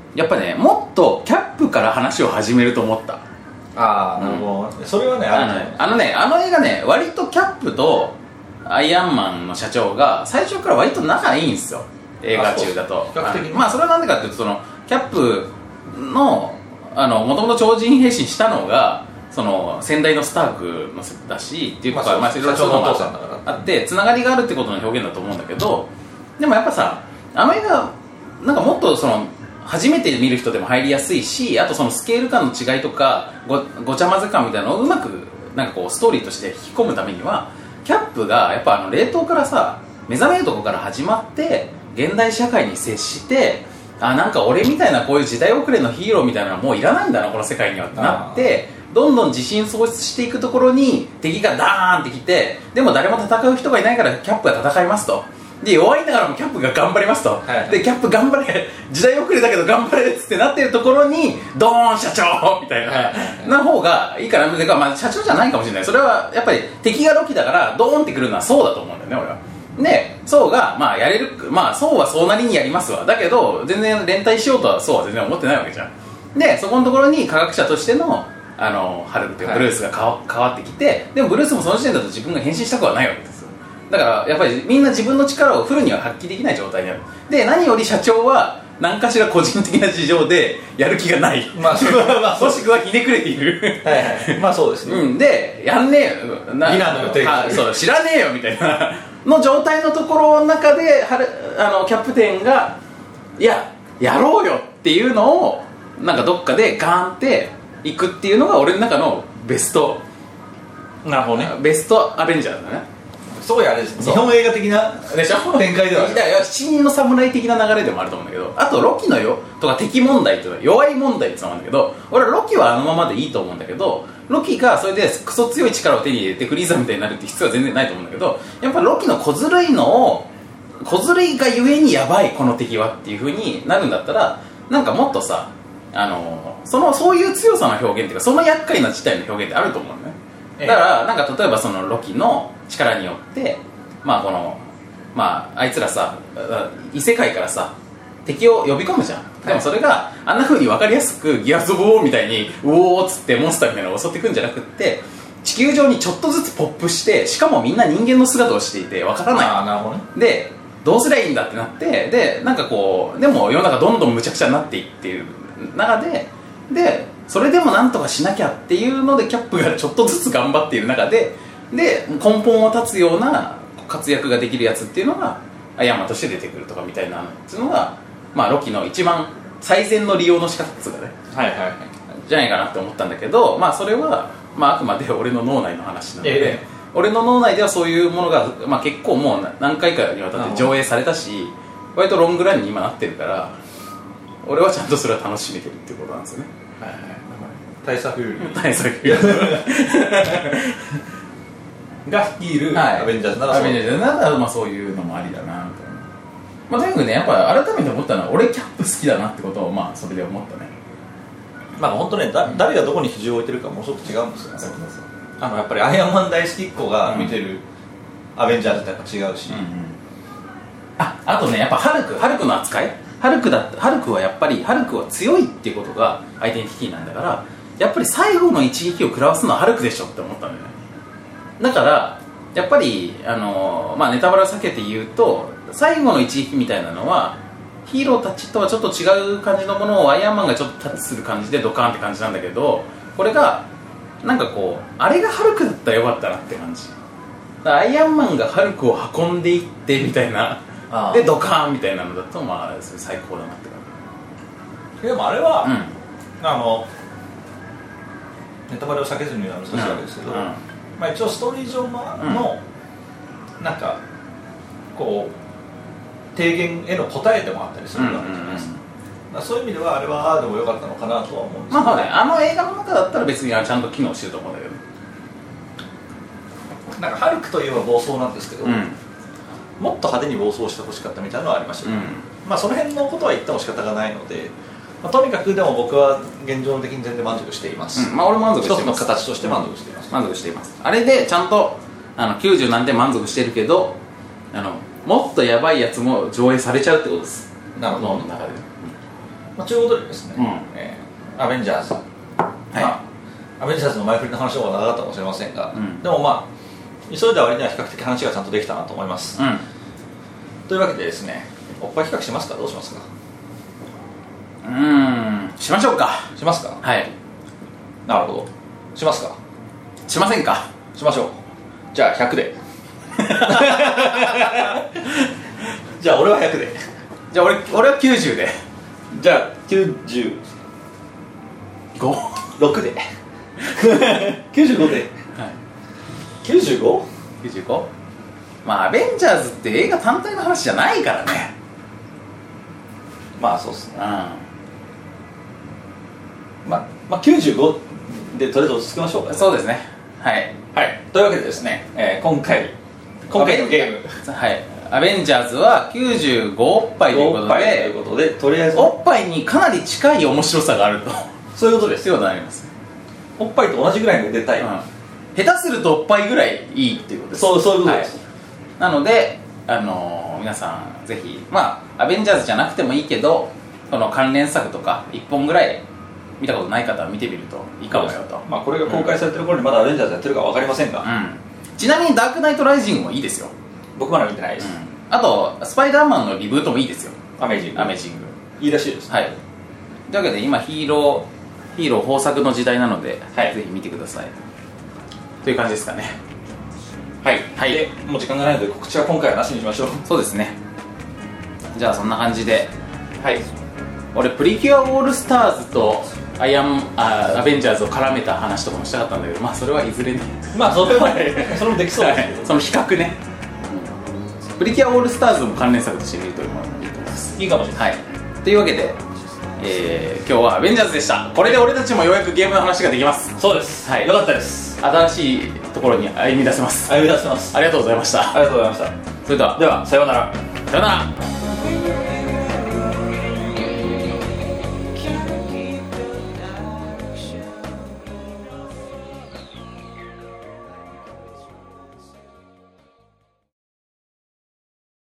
やっぱねもっとキャップから話を始めると思った。 ああなるほど、それはねあの映画ね割とキャップとアイアンマンの社長が最初から割と仲いいんですよ、映画中だと。比較的にまあそれはなんでかっていうと、そのキャップのもともと超人変身したのがその先代のスタークのだしっていうか、まあいろいろそういうのもあってつながりがあるってことの表現だと思うんだけど、でもやっぱさあの映画なんかもっとその初めて見る人でも入りやすいし、あとそのスケール感の違いとかごちゃ混ぜ感みたいなのをうまくなんかこうストーリーとして引き込むためには、キャップがやっぱ冷凍からさ目覚めるとこから始まって現代社会に接して、なんか俺みたいなこういう時代遅れのヒーローみたいなのはもういらないんだなこの世界にはってなって、どんどん自信喪失していくところに敵がダーンってきて、でも誰も戦う人がいないからキャップが戦いますと。で弱いんだからもキャップが頑張りますと、でキャップ頑張れ時代遅れだけど頑張れってなってるところにドーン社長みたいな、な方がいいかな。でか、まあ、社長じゃないかもしれない。それはやっぱり敵がロキだからドーンってくるのはそうだと思うんだよね俺は。でそうがまあやれる、まあそうはそうなりにやりますわ。だけど全然連帯しようとはそうは全然思ってないわけじゃん。でそこのところに科学者としてのハルクというかブルースが変わってきて、でもブルースもその時点だと自分が変身したくはないわけですよ。だからやっぱりみんな自分の力をフルには発揮できない状態にある。で何より社長は何かしら個人的な事情でやる気がない、まあ、もしくはひねくれているはい、まあそうですね、 でやんねえよそう知らねえよみたいなの状態のところの中でキャプテンがいややろうよっていうのをなんかどっかでガーンっていくっていうのが俺の中のベストアベンジャーだね。 すごいあれです、日本映画的なでしょ展開ではある。 七人の侍的な流れでもあると思うんだけど、あとロキのとか敵問題とか弱い問題ってのもあるんだけど、俺はロキはあのままでいいと思うんだけど、ロキがそれでクソ強い力を手に入れてフリーザみたいになるって必要は全然ないと思うんだけど、やっぱロキの小ずるいがゆえにやばいこの敵はっていう風になるんだったら、なんかもっとさそういう強さの表現っていうかその厄介な事態の表現ってあると思うのね。だからなんか例えばそのロキの力によってあいつらさ異世界からさ敵を呼び込むじゃん。でもそれがあんな風に分かりやすくギアズボーみたいにうおーっつってモンスターみたいなのを襲ってくんじゃなくって、地球上にちょっとずつポップして、しかもみんな人間の姿をしていて分からない。 なるほどね。 でどうすりゃいいんだってなって、でなんかこうでも世の中どんどん無茶苦茶になっていっている中でそれでもなんとかしなきゃっていうのでキャップがちょっとずつ頑張っている中で根本を断つような活躍ができるやつっていうのがアイアンマンとして出てくるとかみたいなっていうのが、まあ、ロキの一番最善の利用の仕方っていうかね、じゃないかなって思ったんだけど、まあそれは、まあ、あくまで俺の脳内の話なので、俺の脳内ではそういうものが、まあ、結構もう何回かにわたって上映されたし、割とロングランに今なってるから、俺はちゃんとそれは楽しめてるっていうことなんですよね。 大佐フューリーが率いるアベンジャーズならまあそういうのもありだなと。まあとにかくね、やっぱ改めて思ったのは俺キャップ好きだなってことをまあそれで思ったね。 まあ本当ね、誰がどこに比重を置いてるかもちょっと違うんですよね。やっぱりアイアンマン大好きっ子が見てるアベンジャーズってやっぱ違うし、 あとね、やっぱハルクの扱い、ハルクはやっぱりハルクは強いっていうことがアイデンティティなんだから、やっぱり最後の一撃を食らわすのはハルクでしょって思ったんだよね。だからやっぱりまあ、ネタバレを避けて言うと、最後の一撃みたいなのはヒーローたちとはちょっと違う感じのものをアイアンマンがちょっとタッチする感じでドカーンって感じなんだけど、これがなんかこうあれがハルクだったらよかったなって感じ。だからアイアンマンがハルクを運んでいってみたいなでドカーンみたいなのだと、まあ最高だなって感じ。でもあれは、ネタバレを避けずには難しいわけですけど、まあ、一応ストーリー上の、なんかこう提言への答えでもあったりするわけじゃないですか。そういう意味ではあれはああでもよかったのかなとは思うんですけど、 まあね、あの映画の中だったら別にちゃんと機能してると思うんだけど、 なんかハルクといえば暴走なんですけど、もっと派手に暴走してほしかったみたいなのはありましたけど、まあその辺のことは言っても仕方がないので、まあ、とにかくでも僕は現状的に全然満足しています。 まあ俺も満足しています。 一つの形として満足しています。 満足しています。あれでちゃんと90何点満足してるけど、もっとやばいやつも上映されちゃうってことです。 なるほど。 の中で、 ということでですね、アベンジャーズ、アベンジャーズの前振りの話の方が長かったかもしれませんが、でも急いだ割には比較的話がちゃんとできたなと思います、というわけでですね、おっぱい比較しますか、どうしますか。 しましょうか。 しますか。 はい。 なるほど。しますか。 しませんか。 しましょう。じゃあ100でじゃあ俺は100で、 じゃあ俺は90で、 じゃあ95、6で95で、95？ 95？ まあアベンジャーズって映画単体の話じゃないからね。 まあそうっすね。まあ95でとりあえず落ち着きましょうか。 そうですね。はい、 というわけでですね、今回のゲーム、 アベンジャーズは95おっぱいということで、 とりあえずおっぱいにかなり近い面白さがあると、 そういうことですようになります。 おっぱいと同じぐらいの出たい、 下手するとおっぱいぐらいいいっていうことです。 そういうことです、 なので皆さんぜひ、アベンジャーズじゃなくてもいいけど、その関連作とか1本ぐらい見たことない方は見てみるといいかもよと。 これが公開されてる頃にまだアベンジャーズやってるか分かりませんが、 ちなみにダークナイトライジングもいいですよ。 僕まだ見てないです、 あとスパイダーマンのリブートもいいですよ。アメージングいいらしいです、 というわけで今ヒーロー豊作の時代なので、ぜひ見てくださいという感じですかね。 でもう時間がないので告知は今回はなしにしましょう。 そうですね。じゃあそんな感じで、俺プリキュアオールスターズとアベンジャーズを絡めた話とかもしたかったんだけど、それはいずれね。 それもできそうですけど、 その比較ね、プリキュアオールスターズも関連作として見るといいと思います。 いいかもしれない。 というわけで、今日はアベンジャーズでした。これで俺たちもようやくゲームの話ができます。 そうです、よかったです。 新しいところに歩み出せます。 ありがとうございました。 それではさようなら。